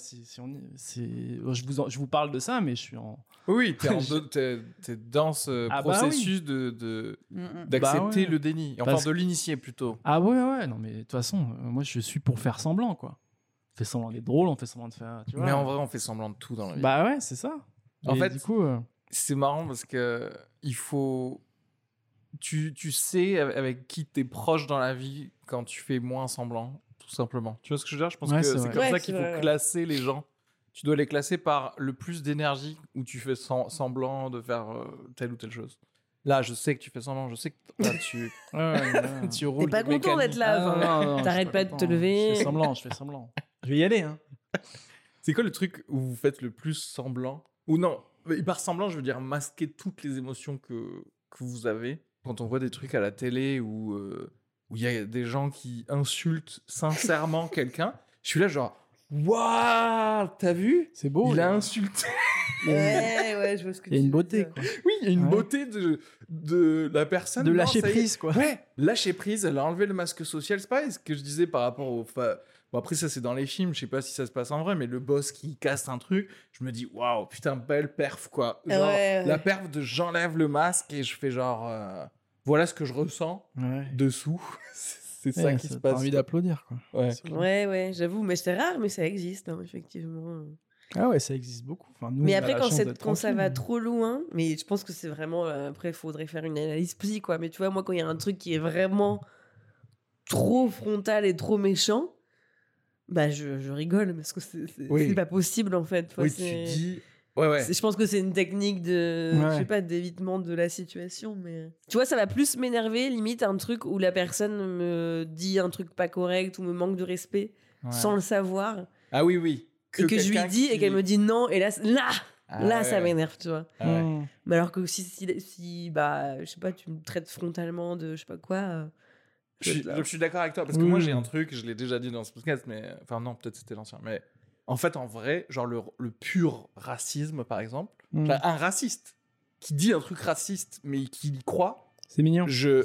Je vous parle de ça, mais je suis en... Oui, t'es dans ce processus d'accepter le déni, enfin de l'initier plutôt. Ah ouais, non mais de toute façon, moi je suis pour faire semblant, quoi. On fait semblant d'être drôle, on fait semblant de faire... Tu vois, mais en vrai, on fait semblant de tout dans la vie. Bah ouais, c'est ça. En Et fait, du coup... c'est marrant parce que il faut... Tu sais avec qui t'es proche dans la vie quand tu fais moins semblant, tout simplement. Tu vois ce que je veux dire? Je pense que c'est comme ça qu'il faut classer les gens. Tu dois les classer par le plus d'énergie où tu fais semblant de faire telle ou telle chose. Là, je sais que tu fais semblant, je sais que là, tu roules. T'es pas content d'être là, non, t'arrêtes pas de te lever. Je fais semblant. Je vais y aller, hein. C'est quoi le truc où vous faites le plus semblant? Ou non, par semblant, je veux dire masquer toutes les émotions que vous avez. Quand on voit des trucs à la télé où il y a des gens qui insultent sincèrement quelqu'un, je suis là genre, Waouh, t'as vu? C'est beau. Il a insulté. Ouais, je vois ce que Il y a une tu veux beauté, dire. quoi. Oui, il y a une Ouais. beauté de la personne. De Non, lâcher ça y est. prise, quoi. Ouais, lâcher prise, elle a enlevé le masque social. C'est pareil ce que je disais par rapport au. Bon, après, ça, c'est dans les films, je sais pas si ça se passe en vrai, mais le boss qui casse un truc, je me dis, waouh, putain, belle perf, quoi. Genre, Ouais. la perf de j'enlève le masque et je fais genre. Voilà ce que je ressens Ouais. dessous. C'est ça qui se T'as passe. envie d'applaudir, quoi. Ouais. C'est clair. Ouais, j'avoue, mais c'est rare, mais ça existe, hein, effectivement. Ah ouais, ça existe beaucoup. Enfin, nous, Mais on a après, la quand, chance c'est- d'être quand ça tranquille. va trop loin, mais je pense que c'est vraiment. Après, il faudrait faire une analyse psy, quoi. Mais tu vois, moi, quand il y a un truc qui est vraiment trop frontal et trop méchant, bah, je rigole parce que Oui. c'est pas possible, en fait. Tu vois, Oui, tu dis. Ouais. je pense que c'est une technique de. Ouais. Je sais pas, d'évitement de la situation, mais. Tu vois, ça va plus m'énerver, limite, un truc où la personne me dit un truc pas correct ou me manque de respect Ouais. sans le savoir. Ah oui. Et que je lui quelqu'un dis et qui- qu'elle me dit non, et là, Ah là ouais. ça m'énerve, tu vois. Ah ouais. Mmh. Mais alors que si bah, je sais pas, tu me traites frontalement de je sais pas quoi. Je suis d'accord avec toi parce que Oui. moi j'ai un truc, je l'ai déjà dit dans ce podcast, mais enfin non, peut-être c'était l'ancien, mais en fait en vrai, genre le pur racisme par exemple, Mmh. enfin, un raciste qui dit un truc raciste mais qui y croit, C'est mignon.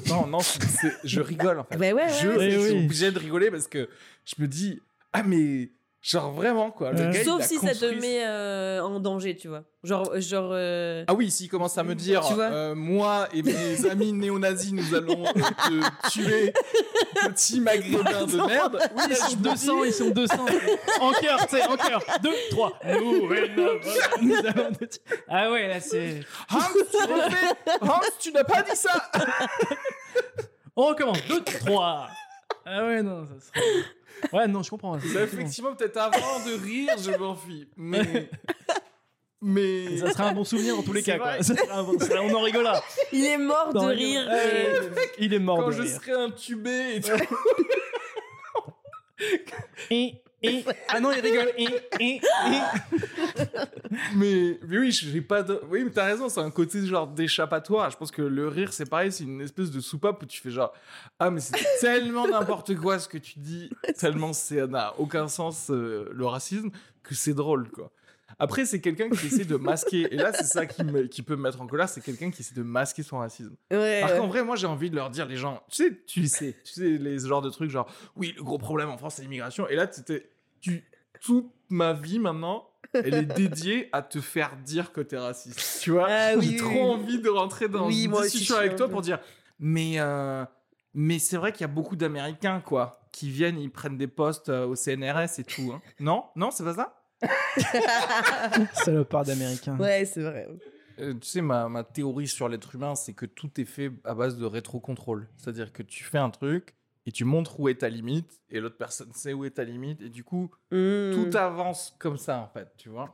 je rigole en fait. Bah ouais, je ouais, suis oui. obligé de rigoler parce que je me dis ah mais genre vraiment quoi, le Ouais. gars, il Sauf a si ça te construit- met en danger, tu vois. Genre Ah oui, s'il commence à me dire, Tu vois moi et mes amis néo-nazis, nous allons te tuer, petit maghrébin de merde. Oui, Ils sont 200, ils sont 200. En cœur, tu sais, en cœur. 2, 3. Nous allons te tuer. Ah ouais, là, c'est... Hans, tu refais Hans, tu n'as pas dit ça. On recommence. 2, 3. Ah ouais, non, ça serait... Ouais, non, je comprends. Bah, effectivement, peut-être avant de rire, je m'enfuis. Mais... Ça serait un bon souvenir dans tous les C'est cas, quoi. vrai. Ça serait un bon- on en rigolera. Il est mort de Non, rire. Il est mort Quand de je rire. serai intubé et tout. Ah non, il rigole. Mais oui, j'ai pas de... Oui, mais t'as raison, c'est un côté genre d'échappatoire. Je pense que le rire, c'est pareil, c'est une espèce de soupape où tu fais genre ah mais c'est tellement n'importe quoi ce que tu dis, tellement ça n'a aucun sens le racisme que c'est drôle quoi. Après, c'est quelqu'un qui essaie de masquer, et là c'est ça qui peut me mettre en colère, c'est quelqu'un qui essaie de masquer son racisme. Ouais, Alors ouais. qu'en vrai, moi j'ai envie de leur dire, les gens, tu sais les genres de trucs genre oui, le gros problème en France c'est l'immigration, et là toute ma vie maintenant elle est dédiée à te faire dire que t'es raciste, tu vois. Ah oui, J'ai oui, trop oui. envie de rentrer dans Oui, une moi aussi, discussion je suis avec un toi peu. pour dire mais c'est vrai qu'il y a beaucoup d'Américains quoi qui viennent, ils prennent des postes au CNRS et tout hein. Non, c'est pas ça. Salopard d'américain. Ouais, c'est vrai. Tu sais, ma théorie sur l'être humain, c'est que tout est fait à base de rétro-contrôle. C'est-à-dire que tu fais un truc et tu montres où est ta limite et l'autre personne sait où est ta limite et du coup, tout avance comme ça en fait, tu vois.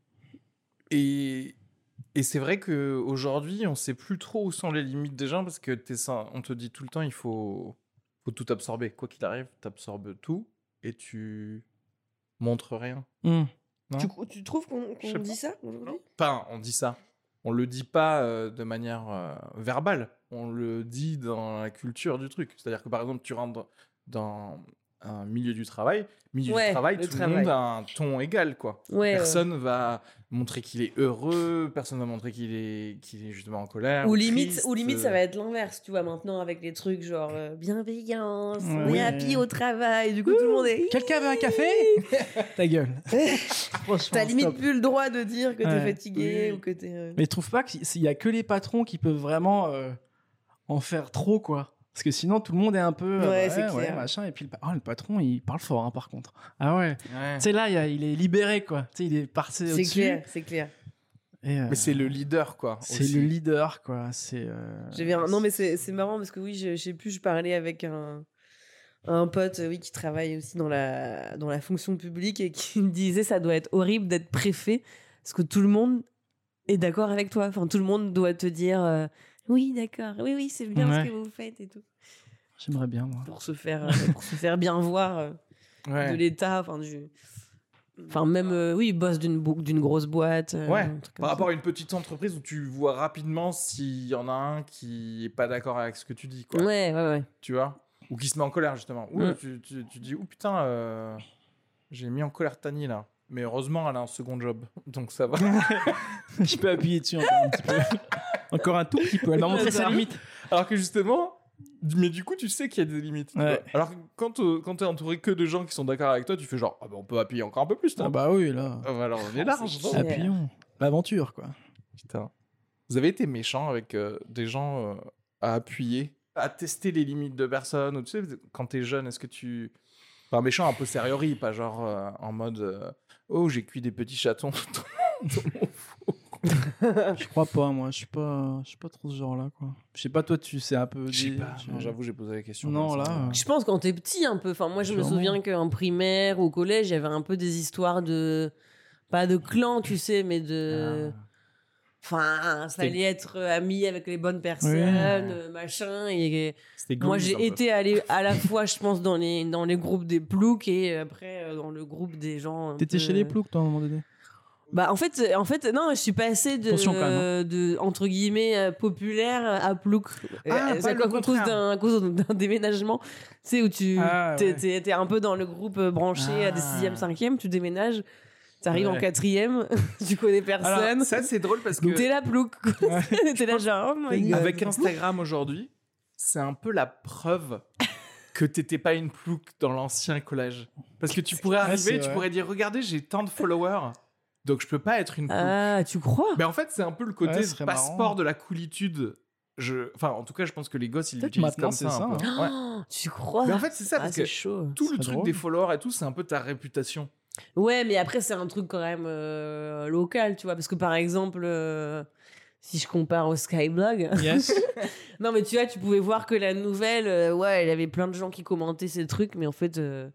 Et c'est vrai qu'aujourd'hui, on sait plus trop où sont les limites des gens parce que on te dit tout le temps, il faut tout absorber. Quoi qu'il arrive, tu absorbes tout et tu montres rien. Mmh. Non Tu trouves qu'on Je sais dit pas. ça aujourd'hui? Enfin, on dit ça. On le dit pas de manière verbale. On le dit dans la culture du truc. C'est-à-dire que par exemple, tu rentres dans un milieu du travail. Ouais, Du travail, le tout le travail. monde a un ton égal, quoi. Ouais. Personne va montrer qu'il est heureux. Personne va montrer qu'il est justement en colère. Ou limite, triste. ça va être l'inverse, tu vois, maintenant, avec les trucs genre bienveillance, on Oui. est happy au travail, du coup, tout le monde est... Quelqu'un veut un café? Ta gueule. Franchement, T'as limite stop. plus le droit de dire que t'es Ouais. fatigué Oui. ou que t'es... Mais je trouve pas qu'il y a que les patrons qui peuvent vraiment en faire trop, quoi. Parce que sinon, tout le monde est un peu... Ouais, c'est clair. machin. Et puis, le patron, il parle fort, hein, par contre. Ah ouais. Ouais. Tu sais, là, il est libéré, quoi. Tu sais, il est parti C'est au-dessus. clair, c'est clair. Et, Mais c'est le leader, quoi. c'est aussi. le leader, quoi. C'est... Non, mais c'est marrant parce que oui, je sais plus, je parlais avec un pote oui, qui travaille aussi dans la fonction publique et qui me disait ça doit être horrible d'être préfet parce que tout le monde est d'accord avec toi. Enfin, tout le monde doit te dire oui, d'accord, oui, c'est bien Ouais. ce que vous faites et tout. J'aimerais bien, moi. Pour se faire bien voir Ouais. de l'État, enfin même oui, boss d'une grosse boîte. Ouais, un truc comme par ça. rapport à une petite entreprise où tu vois rapidement s'il y en a un qui est pas d'accord avec ce que tu dis, quoi. Ouais. Tu vois, ou qui se met en colère justement. Ou Mm. tu dis, oh putain, J'ai mis en colère Tani là. Mais heureusement, elle a un second job. Donc ça va. Je peux appuyer dessus encore un petit peu. Encore un tout petit peu. Elle m'a montré sa limite. Alors que justement, mais du coup, tu sais qu'il y a des limites. Ouais. Alors que quand t'es entouré que de gens qui sont d'accord avec toi, tu fais genre, ah bah on peut appuyer encore un peu plus. Ah bah oui, là. Alors on est large. c'est non chiant. Appuyons. L'aventure, quoi. Putain. Vous avez été méchant avec des gens à appuyer, à tester les limites de personnes, ou tu sais, quand t'es jeune, est-ce que tu... Enfin, méchant un peu sérieux, pas genre en mode oh, j'ai cuit des petits chatons dans mon four. Je crois pas, moi. Je suis pas trop ce genre-là, quoi. Je sais pas, toi, tu sais un peu. Je sais pas, non, j'avoue, j'ai posé la question. Non, comme ça. là. Je pense quand t'es petit un peu. Enfin, moi, je me Sûrement. souviens qu'en primaire ou au collège, il y avait un peu des histoires de. Pas de clan, tu sais, mais de. Enfin, fallait être ami avec les bonnes personnes, machin. Et C'était moi, Goonies, un j'ai peu. été allé à la fois, je pense, dans les groupes des ploucs et après dans le groupe des gens. un T'étais peu- chez les ploucs, toi, à un moment donné. Bah, en fait, non, je suis passée Attention, quand même, de entre guillemets, populaire à plouc. Ah, C'est pas le contraire. à cause d'un déménagement. Tu sais, où tu Ah, ouais. t'es un peu dans le groupe branché à des 6e, 5e, tu déménages. T'arrives en Ouais. 4e, tu connais personne. Alors, ça, c'est drôle parce que T'es là, plouc. T'es là, genre, oh my god. avec Instagram aujourd'hui, c'est un peu la preuve que t'étais pas une plouc dans l'ancien collège. Parce que tu pourrais Ouais, arriver, c'est tu vrai. pourrais dire regardez, j'ai tant de followers, donc je peux pas être une plouc. Ah, tu crois? Mais en fait, c'est un peu le côté Ouais, ce serait passeport marrant. de la coolitude. Enfin, en tout cas, je pense que les gosses, ils Peut-être l'utilisent maintenant, comme c'est ça. Un ça, peu. hein. Ouais. Oh, tu crois? Mais en fait, c'est ça, Ah, parce c'est que chaud. tout le serait truc drôle. des followers et tout, c'est un peu ta réputation. Ouais, mais après, c'est un truc quand même local, tu vois. Parce que par exemple, si je compare au Skyblog, Yes. non, mais tu vois, tu pouvais voir que la nouvelle, ouais, il y avait plein de gens qui commentaient ces trucs, mais en fait,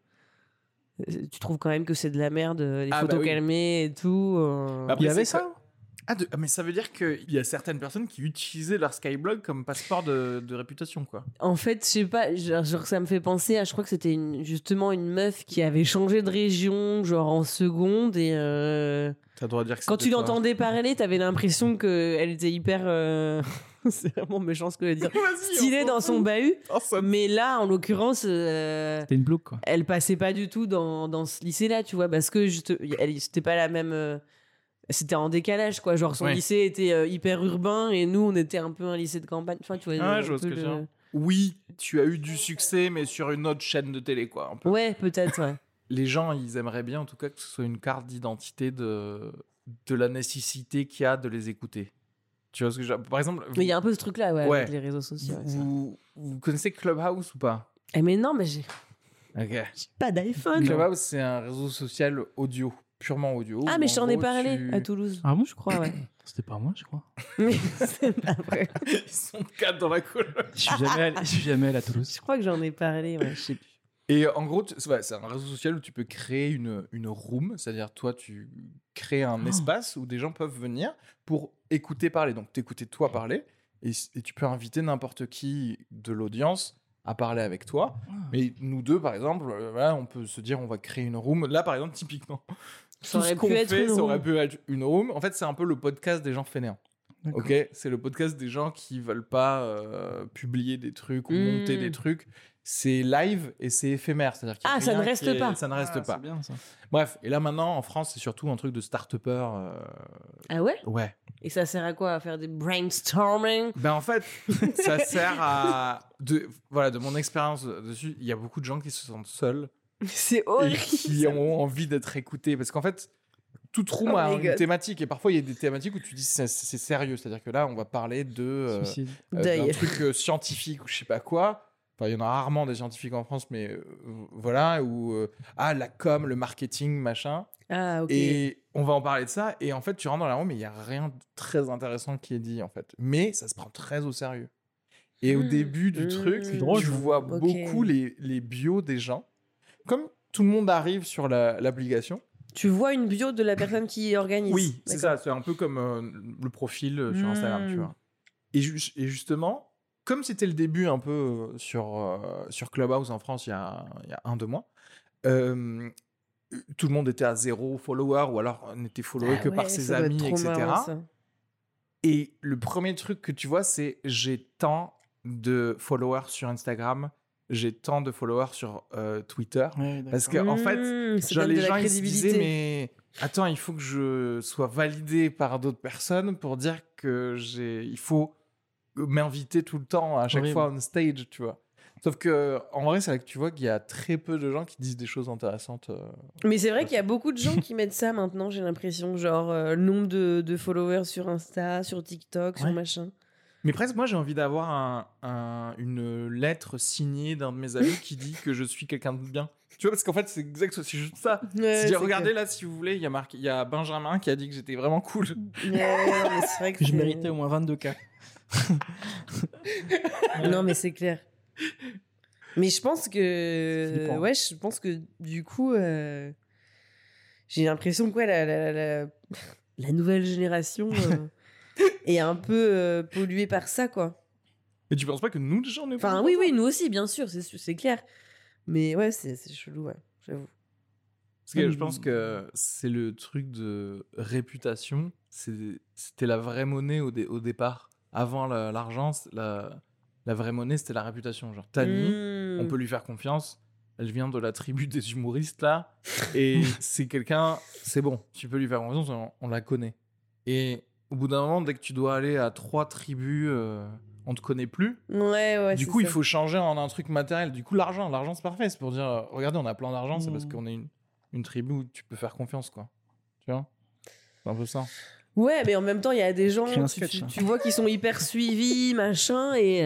tu trouves quand même que c'est de la merde, les Ah, photos bah oui. calmées et tout. Après, Il y avait c'est ça mais ça veut dire qu'il y a certaines personnes qui utilisaient leur Skyblog comme passeport de réputation, quoi. En fait, je sais pas, genre, ça me fait penser à, je crois que c'était justement une meuf qui avait changé de région, genre en seconde, et T'as le droit de dire que quand c'était tu toi. l'entendais parler, t'avais l'impression qu'elle était hyper. C'est vraiment méchant ce que je veux dire. Vas-y, Stylée on s'en dans son fout. bahut, Oh, ça- mais là, en l'occurrence, C'était une plouc, quoi. elle passait pas du tout dans ce lycée-là, tu vois, parce que c'était pas la même. C'était en décalage, quoi. Genre, son Ouais. lycée était hyper urbain et nous, on était un peu un lycée de campagne. Enfin, tu vois, Ah ouais, un je vois ce peu que tu veux dire. Oui, tu as eu du succès, mais sur une autre chaîne de télé, quoi. Un peu. Ouais, peut-être, ouais. Les gens, ils aimeraient bien, en tout cas, que ce soit une carte d'identité de la nécessité qu'il y a de les écouter. Tu vois ce que je... Par exemple, Mais il y a un peu ce truc-là, ouais, Ouais. avec les réseaux sociaux. ouais, ça. vous connaissez Clubhouse ou pas? Eh, mais non, mais j'ai Ok. pas d'iPhone. Clubhouse, c'est un réseau social audio, purement audio. Ah, mais où, je en t'en ai gros, parlé tu- à Toulouse. Ah bon? Je crois, ouais. C'était pas moi, je crois. Mais c'est pas vrai. Ils sont 4 dans la coloc. Je suis jamais allé à Toulouse. Je crois que j'en ai parlé, ouais, je sais plus. Et en gros, c'est un réseau social où tu peux créer une room, c'est-à-dire toi, tu crées un espace où des gens peuvent venir pour écouter parler. Donc, t'écouter toi parler et tu peux inviter n'importe qui de l'audience à parler avec toi. Mais nous deux, par exemple, voilà, on peut se dire, on va créer une room. Là, par exemple, typiquement, Ça tout ce aurait qu'on pu être fait, une ça room. aurait pu être une room. En fait, c'est un peu le podcast des gens fainéants. D'accord. Ok, c'est le podcast des gens qui veulent pas publier des trucs ou monter des trucs. C'est live et c'est éphémère, c'est-à-dire qu'il y a Ah, ça rien ne reste qui est- pas. Ça ne reste Ah, pas. C'est bien, ça. Bref, et là maintenant en France, c'est surtout un truc de start-upper. Ah ouais? Ouais. Et ça sert à quoi? À faire des brainstorming? Ben en fait, ça sert à de mon expérience dessus, il y a beaucoup de gens qui se sentent seuls C'est et horrible. qui ont envie d'être écoutés parce qu'en fait. Toute room Oh a my une God. thématique et parfois il y a des thématiques où tu dis c'est sérieux, c'est-à-dire que là on va parler de Suicide. Deuil. d'un truc scientifique ou je sais pas quoi. Enfin, il y en a rarement des scientifiques en France, mais voilà, ou la com, le marketing, machin. Ah, ok. Et on va en parler de ça. Et en fait, tu rentres dans la room, mais il y a rien de très intéressant qui est dit, en fait. Mais ça se prend très au sérieux. Et au début du truc, c'est drôle, tu ça. vois Ok. beaucoup les bios des gens. Comme tout le monde arrive sur l'application. Tu vois une bio de la personne qui organise. Oui, c'est D'accord. ça. C'est un peu comme le profil sur Instagram, tu vois. Et justement, comme c'était le début un peu sur Clubhouse en France il y a 1-2 mois, tout le monde était à 0 follower ou alors n'était followé Ah que ouais, par ses ça doit être amis, trop etc. marrant, ça. Et le premier truc que tu vois, c'est j'ai tant de followers sur Instagram j'ai tant de followers sur Twitter. Ouais, Parce que, en fait, ça genre, donne les de la gens, ils se crédibilité. disaient, mais attends, il faut que je sois validé par d'autres personnes pour dire que il faut m'inviter tout le temps, à chaque Horrible. fois on stage, tu vois. Sauf que, en vrai, c'est là que tu vois qu'il y a très peu de gens qui disent des choses intéressantes. Mais c'est vrai qu'il y a beaucoup de gens qui mettent ça maintenant, j'ai l'impression. Genre, le nombre de followers sur Insta, sur TikTok, sur Ouais. machin. Mais presque, moi, j'ai envie d'avoir une lettre signée d'un de mes amis qui dit que je suis quelqu'un de bien. Tu vois, parce qu'en fait, c'est juste ça. Ouais, Si j'ai c'est regardé clair. là, si vous voulez, il y a Benjamin qui a dit que j'étais vraiment cool. Ouais, mais c'est vrai que Que je c'est- méritais au moins 22K. Non, mais c'est clair. Mais je pense que. Flippant. Ouais, je pense que du coup, j'ai l'impression que ouais, la nouvelle génération est un peu polluée par ça, quoi. Et tu penses pas que nous, déjà, on est Enfin, oui, nous aussi, bien sûr, c'est clair. Mais ouais, c'est chelou, ouais, j'avoue. Parce que je pense que c'est le truc de réputation. C'était la vraie monnaie au départ. Avant l'argent, la vraie monnaie, c'était la réputation. Genre, Tani, on peut lui faire confiance. Elle vient de la tribu des humoristes, là. Et c'est quelqu'un, c'est bon, tu peux lui faire confiance, on la connaît. Et au bout d'un moment, dès que tu dois aller à 3 tribus, on te connaît plus. Ouais, Du c'est coup, il ça. faut changer en un truc matériel. Du coup, l'argent, c'est parfait. C'est pour dire, regardez, on a plein d'argent, c'est parce qu'on est une tribu où tu peux faire confiance, quoi. Tu vois? C'est un peu ça. Ouais, mais en même temps, il y a des gens, Crée un tu, sketch, tu- hein. tu vois, qui sont hyper suivis, machin, et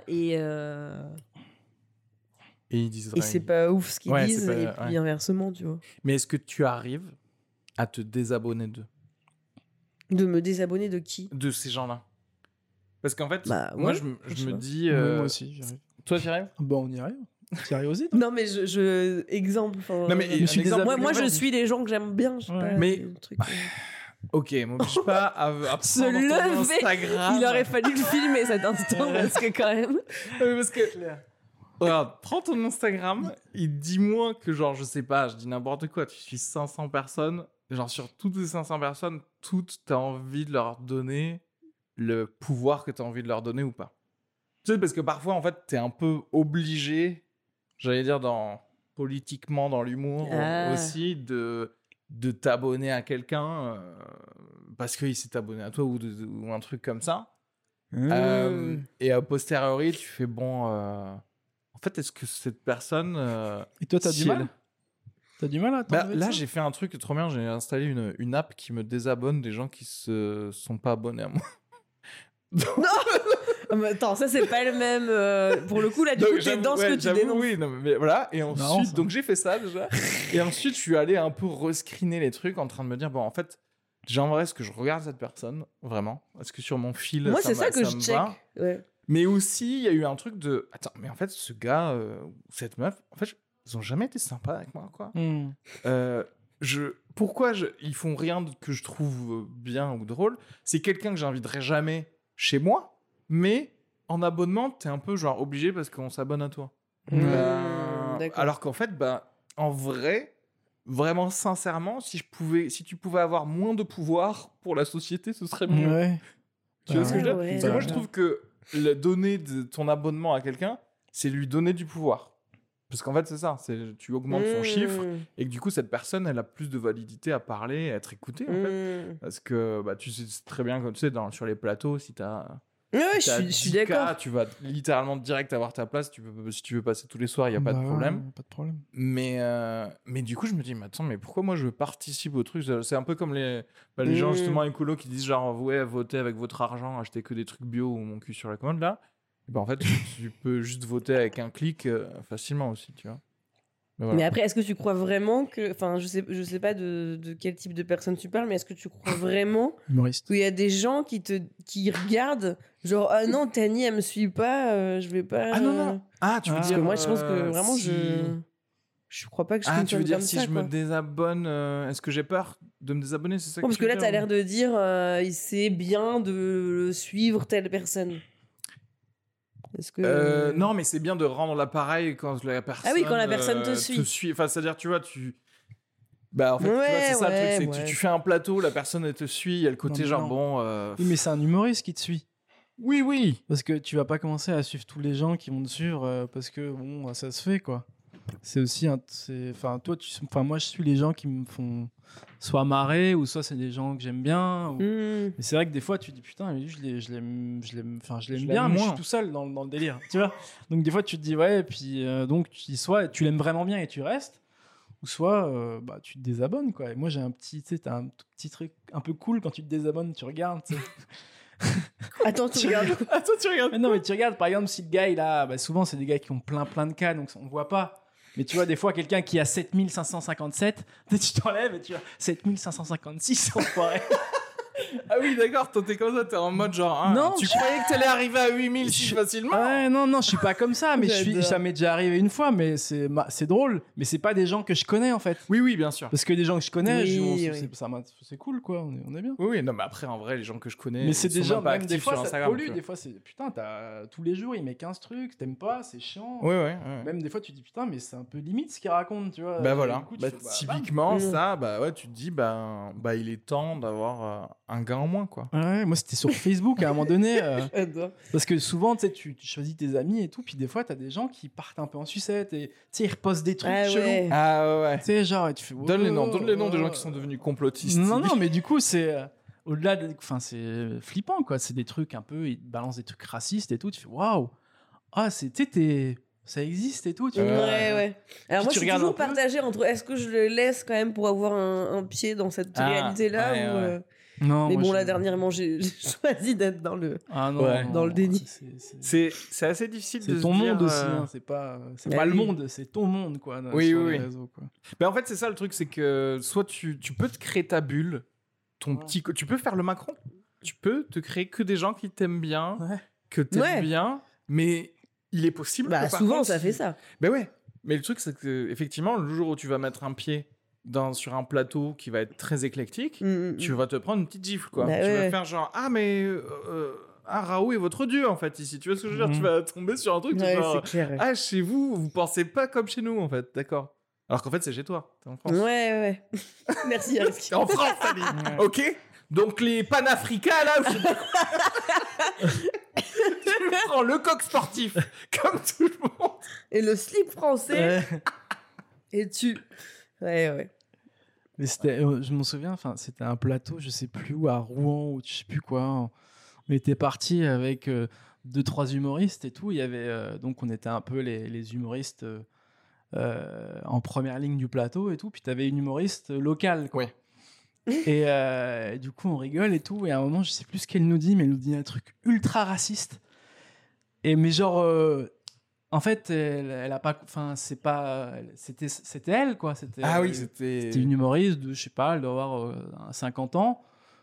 Et ils disent rien. c'est pas ouf ce qu'ils Ouais, disent, c'est pas- et puis ouais. inversement, tu vois. Mais est-ce que tu arrives à te désabonner De me désabonner de qui? de ces gens-là? Parce qu'en fait, Bah, moi, ouais, je je me sais dis... Ouais, moi aussi, j'y arrive. Toi, tu y arrives? Bon, on y arrive. Tu y arrives aussi, toi Non, mais exemple. Non, mais Je me suis un exemple- moi, désabonné. je suis les gens que j'aime bien, je sais Ouais. pas. Mais- des trucs, Ok, m'oblige pas à Se prendre ton lever. Instagram. Il aurait fallu le filmer cet instant, parce que quand même. Parce que... Regarde, prends ton Instagram et dis-moi que genre, je sais pas, je dis n'importe quoi, tu suis 500 personnes, genre sur toutes ces 500 personnes, toutes t'as envie de leur donner le pouvoir que t'as envie de leur donner ou pas. Tu sais, parce que parfois, en fait, t'es un peu obligé, j'allais dire politiquement, dans l'humour Ah. aussi, de t'abonner à quelqu'un parce qu'il s'est abonné à toi ou un truc comme ça. Et a posteriori, tu fais bon... En fait, est-ce que cette personne... Et toi, t'as si du mal elle- T'as du mal à t'enlever de Là, ça j'ai fait un truc trop bien. J'ai installé une app qui me désabonne des gens qui se sont pas abonnés à moi. Ah, mais attends, ça, c'est pas le même. Pour le coup, là, du Donc, coup, t'es j'avoue- dans ce ouais, que tu j'avoue, dénonces. oui, non, mais voilà. Et ensuite, Marrant, ça. donc j'ai fait ça déjà. Et ensuite, je suis allé un peu rescreener les trucs en train de me dire, bon, en fait, j'aimerais est-ce que je regarde cette personne, vraiment? Est-ce que sur mon fil, Moi, c'est ça que je me check. va Ouais. Mais aussi, il y a eu un truc de, attends, mais en fait, ce gars, ou cette meuf, en fait, ils ont jamais été sympas avec moi, quoi. Hmm. Pourquoi ils font rien que je trouve bien ou drôle? C'est quelqu'un que j'inviterai jamais chez moi, mais en abonnement, t'es un peu genre obligé parce qu'on s'abonne à toi. D'accord. Alors qu'en fait, en vrai, vraiment sincèrement, si tu pouvais avoir moins de pouvoir pour la société, ce serait mieux. Ouais. Tu vois ce que je veux dire? Ouais, Parce que moi, je ouais. trouve que le donner de ton abonnement à quelqu'un, c'est lui donner du pouvoir. Parce qu'en fait, c'est ça. Tu augmentes son chiffre et que du coup, cette personne, elle a plus de validité à parler, à être écoutée, en fait. Parce que tu sais très bien, comme tu sais, sur les plateaux, si t'as... Ouais, t'as je suis 10K, d'accord. tu vas littéralement direct avoir ta place. Si tu veux passer tous les soirs, il n'y a pas de Bah ouais, problème. pas de problème. Mais du coup, je me dis, mais attends, mais pourquoi moi je participe au truc? C'est un peu comme les gens justement écolos qui disent genre, ouais, votez avec votre argent, achetez que des trucs bio ou mon cul sur la commande là. Et ben en fait, tu peux juste voter avec un clic facilement aussi, tu vois. Mais voilà. Mais après, est-ce que tu crois vraiment que. Enfin, je sais pas de quel type de personne tu parles, mais est-ce que tu crois vraiment Humoriste. qu'il y a des gens qui regardent, genre, ah non, Tani, elle me suit pas, je vais pas. Ah non. Ah, tu veux Parce dire. que moi, je pense que vraiment, si... je crois pas que je Ah, tu fonctionne veux dire comme si ça, je quoi. me désabonne, est-ce que j'ai peur de me désabonner? C'est ça Parce que tu là, veux t'as dire, l'air de dire, c'est bien de suivre telle personne. Est-ce que. Non, mais c'est bien de rendre l'appareil quand la personne. Ah oui, quand la personne te suit. Enfin, c'est-à-dire, tu vois, Bah, en fait, tu vois, c'est ça le truc, c'est que tu fais un plateau, la personne, elle te suit, il y a le côté Non, mais genre, non. bon. Oui, mais c'est un humoriste qui te suit. Oui. Parce que tu vas pas commencer à suivre tous les gens qui vont te suivre parce que bon, ça se fait quoi. C'est aussi enfin moi je suis les gens qui me font soit marrer ou soit c'est des gens que j'aime bien mais c'est vrai que des fois tu te dis putain mais lui, je l'aime bien mais je suis tout seul dans le délire, tu vois. Donc des fois tu te dis ouais et puis donc soit tu l'aimes vraiment bien et tu restes ou soit bah tu te désabonnes quoi. Et moi j'ai t'as un tout petit truc un peu cool quand tu te désabonnes, tu regardes, tu sais. Attends, tu regardes. Mais non mais tu regardes par exemple si le gars il a bah, souvent c'est des gars qui ont plein de cas donc on voit pas. Mais tu vois, des fois, quelqu'un qui a 7557, tu t'enlèves et tu as 7556, enfoiré. Ah oui, d'accord, toi t'es comme ça, t'es en mode genre. Non, tu croyais que t'allais arriver à 8000 si facilement? Ouais, non, je suis pas comme ça, mais ça m'est déjà arrivé une fois, mais c'est drôle. Mais c'est pas des gens que je connais en fait. Oui, bien sûr. Parce que des gens que je connais, Oui. c'est cool quoi, on est bien. Oui, non, mais après, en vrai, les gens que je connais. Mais c'est des gens, même des fois, ça te pollue. Quoi. Des fois, c'est putain, tous les jours, il met 15 trucs, t'aimes pas, c'est chiant. Ouais. Même des fois, tu te dis putain, mais c'est un peu limite ce qu'il raconte, tu vois. Bah voilà. Coup, Typiquement, ça, bah ouais, tu te dis, bah il est temps d'avoir un gars en moins, quoi. Ouais, moi c'était sur Facebook à un moment donné. Parce que souvent, tu sais, tu choisis tes amis et tout, puis des fois, t'as des gens qui partent un peu en sucette et tu sais, ils repostent des trucs chelous. Ah ouais. Tu sais, genre, tu fais. Donne les noms des gens qui sont devenus complotistes. Non, mais du coup, c'est. Au-delà de. Enfin, c'est flippant, quoi. C'est des trucs un peu. Ils te balancent des trucs racistes et tout. Tu fais waouh! Ah, tu sais, ça existe et tout. Tu vois. Ouais. Alors moi, je suis toujours partagée entre est-ce que je le laisse quand même pour avoir un pied dans cette réalité-là ou. Non, mais bon, là, dernièrement, j'ai choisi d'être dans le déni. C'est assez difficile de se dire... C'est ton monde aussi, hein, c'est pas le monde, c'est ton monde, quoi, sur les réseaux, quoi. Ben, en fait, c'est ça le truc, c'est que soit tu peux te créer ta bulle, tu peux faire le Macron, tu peux te créer que des gens qui t'aiment bien, que t'aimes bien, mais il est possible que par souvent, contre, ça fait ça. Ben ouais, mais le truc, c'est que effectivement, le jour où tu vas mettre un pied sur un plateau qui va être très éclectique, tu vas te prendre une petite gifle, quoi. Tu vas faire genre, Raoult est votre dieu, en fait, ici. Tu vois ce que je veux dire? Tu vas tomber sur un truc, genre, clair, chez vous pensez pas comme chez nous, en fait, d'accord. Alors qu'en fait, c'est chez toi, t'es en France. Ouais. Merci, Alex. T'es en France, Sally. Ok? Donc les panafricains, là, je sais pas quoi. Tu prends le coq sportif, comme tout le monde. Et le slip français. Et tu... Ouais. Mais je m'en souviens, c'était un plateau, je sais plus où, à Rouen, ou je sais plus quoi. On était partis avec 2-3 humoristes et tout. Il y avait, donc on était un peu les humoristes en première ligne du plateau et tout. Puis t'avais une humoriste locale, quoi. Ouais. Et du coup, on rigole et tout. Et à un moment, je sais plus ce qu'elle nous dit, mais elle nous dit un truc ultra raciste. Mais genre... en fait, elle a pas. Enfin, c'est pas. C'était elle, quoi. C'était une humoriste de, je sais pas, elle doit avoir 50 ans.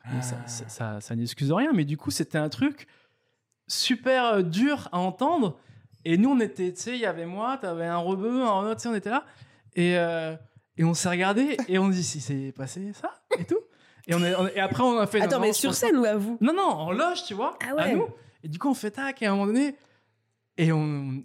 Ça n'excuse rien, mais du coup, c'était un truc super dur à entendre. Et nous, on était, tu sais, il y avait moi, t'avais un rebeu, un autre, tu sais, on était là. Et on s'est regardé et on dit si c'est passé ça et tout. Et après, on a fait. Attends, mais sur scène ou à vous? Non, en loge, tu vois. Ah ouais. À nous. Et du coup, on fait tac, et à un moment donné. Et on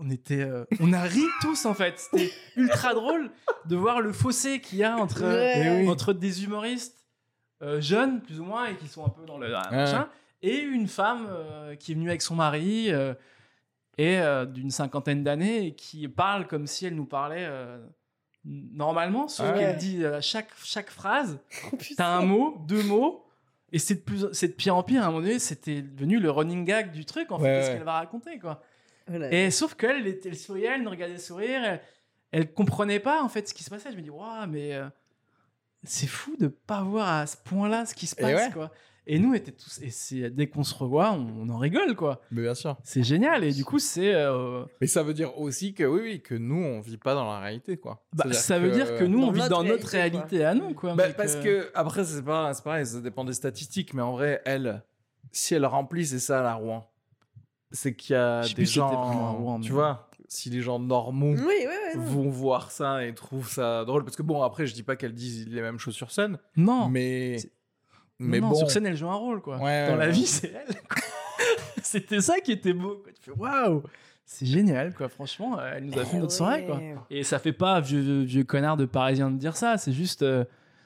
a ri tous, en fait. C'était ultra drôle de voir le fossé qu'il y a entre des humoristes jeunes, plus ou moins, et qui sont un peu dans le machin, et une femme qui est venue avec son mari et d'une 50aine d'années et qui parle comme si elle nous parlait normalement, sauf qu'elle dit chaque phrase, t'as un mot, 2 mots, et c'est de pire en pire. À un moment donné, c'était devenu le running gag du truc, en fait, de ce qu'elle va raconter, quoi. Et sauf qu'elle, elle souriait, elle nous regardait sourire, elle comprenait pas en fait ce qui se passait. Je me dis, waouh, mais c'est fou de pas voir à ce point-là ce qui se passe, quoi. Et nous, étaient tous, et dès qu'on se revoit, on en rigole, quoi. Mais bien sûr. C'est génial, et du coup, c'est. Mais ça veut dire aussi que que nous, on vit pas dans la réalité, quoi. Ça veut dire que nous, on vit dans notre réalité à nous, quoi. Parce que après, c'est pareil, ça dépend des statistiques, mais en vrai, si elle remplit, c'est ça la Rouen. C'est qu'il y a des gens, tu vois, si les gens normaux vont voir ça et trouvent ça drôle, parce que bon, après, je dis pas qu'elle dise les mêmes choses sur scène. Non. Mais non, bon. Sur scène, elle joue un rôle, quoi. Dans la vie, c'est elle, quoi. C'était ça qui était beau, quoi. Tu fais waouh, c'est génial, quoi. Franchement, elle nous a fait notre soirée, quoi. Et ça fait pas vieux connard de parisien de dire ça, c'est juste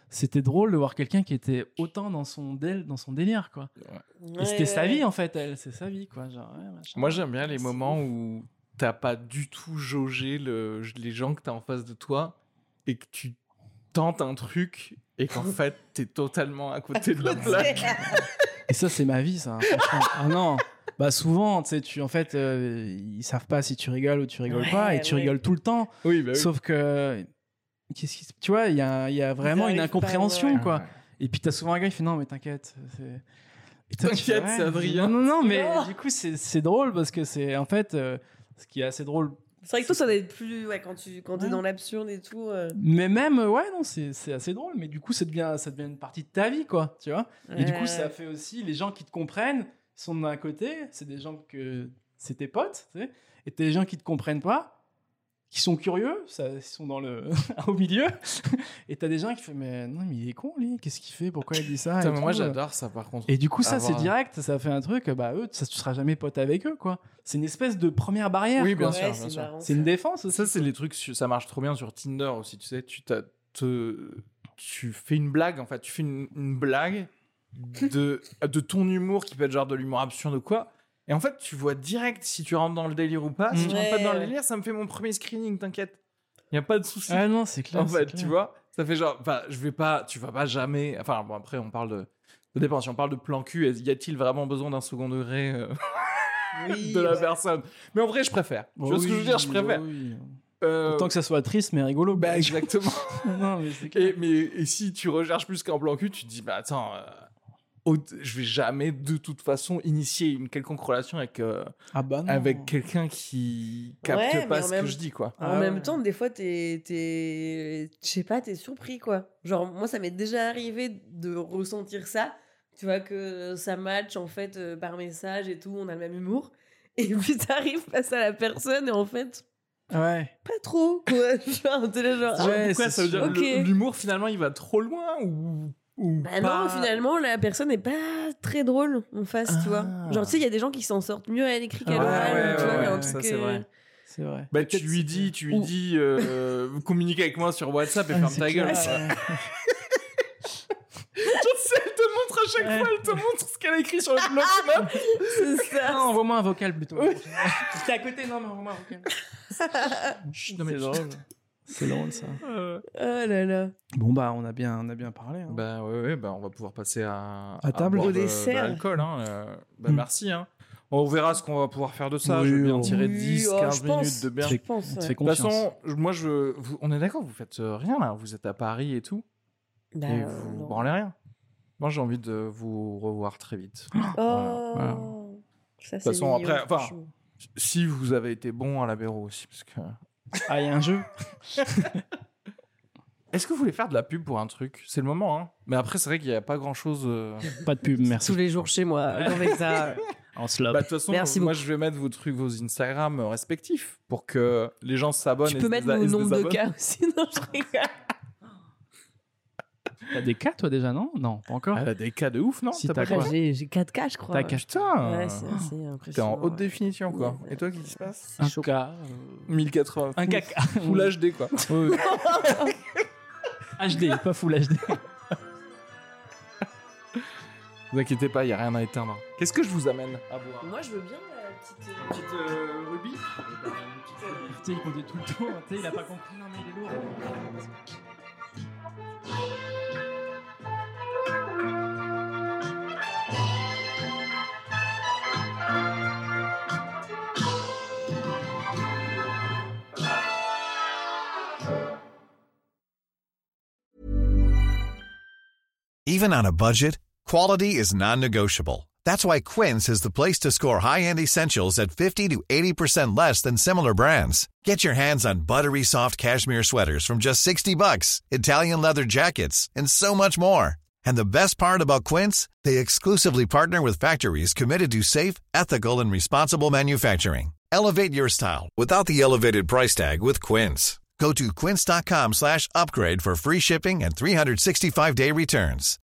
c'était drôle de voir quelqu'un qui était autant dans son délire, quoi. Et c'était sa vie, en fait, elle. C'est sa vie, quoi. Genre, machin. Moi, j'aime bien les moments où t'as pas du tout jaugé les gens que t'as en face de toi et que tu tentes un truc et qu'en fait, t'es totalement à côté de la plaque. Et ça, c'est ma vie, ça. Franchement. Ah non. Bah souvent, tu sais, en fait, ils savent pas si tu rigoles ou tu rigoles pas, et tu rigoles tout le temps. Oui, bah oui. Sauf que, tu vois, il y a vraiment une incompréhension, pas, quoi. Ouais. Et puis t'as souvent un gars qui fait non, mais t'inquiète. Et toi, tu T'inquiète, fais, c'est Adrien. Non, mais du coup, c'est drôle parce que c'est en fait, ce qui est assez drôle. C'est vrai que toi, ça doit être plus. Ouais, quand t'es dans l'absurde et tout. Mais même, ouais, non, c'est assez drôle. Mais du coup, ça devient une partie de ta vie, quoi, tu vois. Et du coup, ça fait aussi les gens qui te comprennent sont d'un côté, c'est des gens que c'est tes potes, tu sais, et t'as des gens qui te comprennent pas, qui sont curieux, ils sont dans au milieu, et t'as des gens qui font mais non, mais il est con lui, qu'est-ce qu'il fait, pourquoi il dit ça. Putain, mais moi j'adore ça par contre. Et du coup, ça c'est Avoir- direct, ça fait un truc, bah eux, tu seras jamais pote avec eux, quoi. C'est une espèce de première barrière. Oui, quoi. bien sûr, Ouais, bien c'est sûr. marrant. C'est une défense aussi. Ça, c'est les trucs, ça marche trop bien sur Tinder aussi, tu sais, tu fais une blague, en fait, tu fais une blague de ton humour qui peut être genre de l'humour absurde ou quoi, et en fait, tu vois direct si tu rentres dans le délire ou pas. Si tu rentres pas dans le délire, ça me fait mon premier screening, t'inquiète. Y a pas de souci. Ah non, c'est clair. En c'est fait, clair. tu vois, ça fait genre, enfin, tu vas pas jamais, enfin, bon, après, on parle ça dépend, si on parle de plan cul, y a-t-il vraiment besoin d'un second degré Oui, de la ouais. personne? Mais en vrai, je préfère. Tu vois ce que je veux dire? Je préfère. Oui. Euh, Autant que ça soit triste mais rigolo. Bah, exactement. Non, mais c'est clair. Et si tu recherches plus qu'un plan cul, tu te dis, bah attends, je vais jamais de toute façon initier une quelconque relation Ah bah non. avec quelqu'un qui capte Ouais, mais pas en ce même- que je dis, quoi. En Ah même ouais. temps, des fois, je sais pas, t'es surpris, quoi. Genre, moi, ça m'est déjà arrivé de ressentir ça. Tu vois, que ça match, en fait, par message et tout, on a le même humour. Et puis, t'arrives face à la personne et en fait, Ouais. pas trop, quoi. Genre, t'es là, genre, ah, Ouais, Pourquoi c'est ça veut dire sûr. Ok. l'humour finalement il va trop loin ou bah pas... non, finalement, la personne n'est pas très drôle en face, tu vois. Ah. Genre, tu sais, il y a des gens qui s'en sortent mieux à l'écrit qu'à Ouais, l'oral. ouais, tu vois, il y a un ouais, truc, ça, c'est vrai. C'est vrai. Bah, tu lui dis, communique avec moi sur WhatsApp et ferme ta gueule. quoi. Tu sais, elle te montre à chaque Ouais. fois, elle te montre ce qu'elle a écrit sur le bloc-notes. C'est ça. Non, envoie-moi un vocal plutôt. J'étais à côté, non, mais envoie-moi un vocal. Non, mais C'est drôle. C'est drôle ça. Oh là là. Bon bah on a bien parlé. Hein. Bah ouais, bah on va pouvoir passer à table. boire Au de dessert. l'alcool. Bah merci. Hein. On verra ce qu'on va pouvoir faire de ça. Oui, je vais bien on- tirer Oui, 10, oh, 15 je minutes pense. de bien. Je pense, On te ouais. fait De toute confiance. façon, moi, on est d'accord, vous faites rien là. Vous êtes à Paris et tout. Bah, Et vous non. branlez rien. Moi, j'ai envie de vous revoir très vite. Oh, Voilà. ça toute façon, mignon, après, enfin, franchement. Si vous avez été bon à l'apéro aussi, parce que. Ah, il y a un jeu. Est-ce que vous voulez faire de la pub pour un truc? C'est le moment, hein. Mais après, c'est vrai qu'il n'y a pas grand-chose. Pas de pub, merci. Tous les jours chez moi, avec ça. En slop. Bah, de toute façon, Merci moi, beaucoup. je vais mettre vos trucs, vos Instagram respectifs pour que les gens s'abonnent. Tu et peux se mettre désa- nos et se nombres de désabonnent. cas aussi. Non, je rigole. T'as des cas toi déjà, non? Non, pas encore. Elle a des cas de ouf, non? Si, T'as t'as pas quoi quoi? J'ai 4K, je crois. T'as qu'à- Putain! Ouais, c'est assez T'es impressionnant. en haute ouais. définition, quoi. Ouais. Et toi, qu'est-ce qui se passe? Un chaud. cas. 1080. Un full- caca. Full HD, quoi. Ouais. HD, pas full HD. Vous inquiétez pas, il n'y a rien à éteindre. Qu'est-ce que je vous amène à boire? Moi, je veux bien la petite. Petite rubis? Tu sais, il comptait tout le tour. Tu sais, il a pas compris. Non, mais il est lourd. Even on a budget, quality is non-negotiable. That's why Quince is the place to score high-end essentials at 50 to 80% less than similar brands. Get your hands on buttery soft cashmere sweaters from just $60, Italian leather jackets, and so much more. And the best part about Quince, they exclusively partner with factories committed to safe, ethical, and responsible manufacturing. Elevate your style without the elevated price tag with Quince. Go to quince.com/upgrade for free shipping and 365-day returns.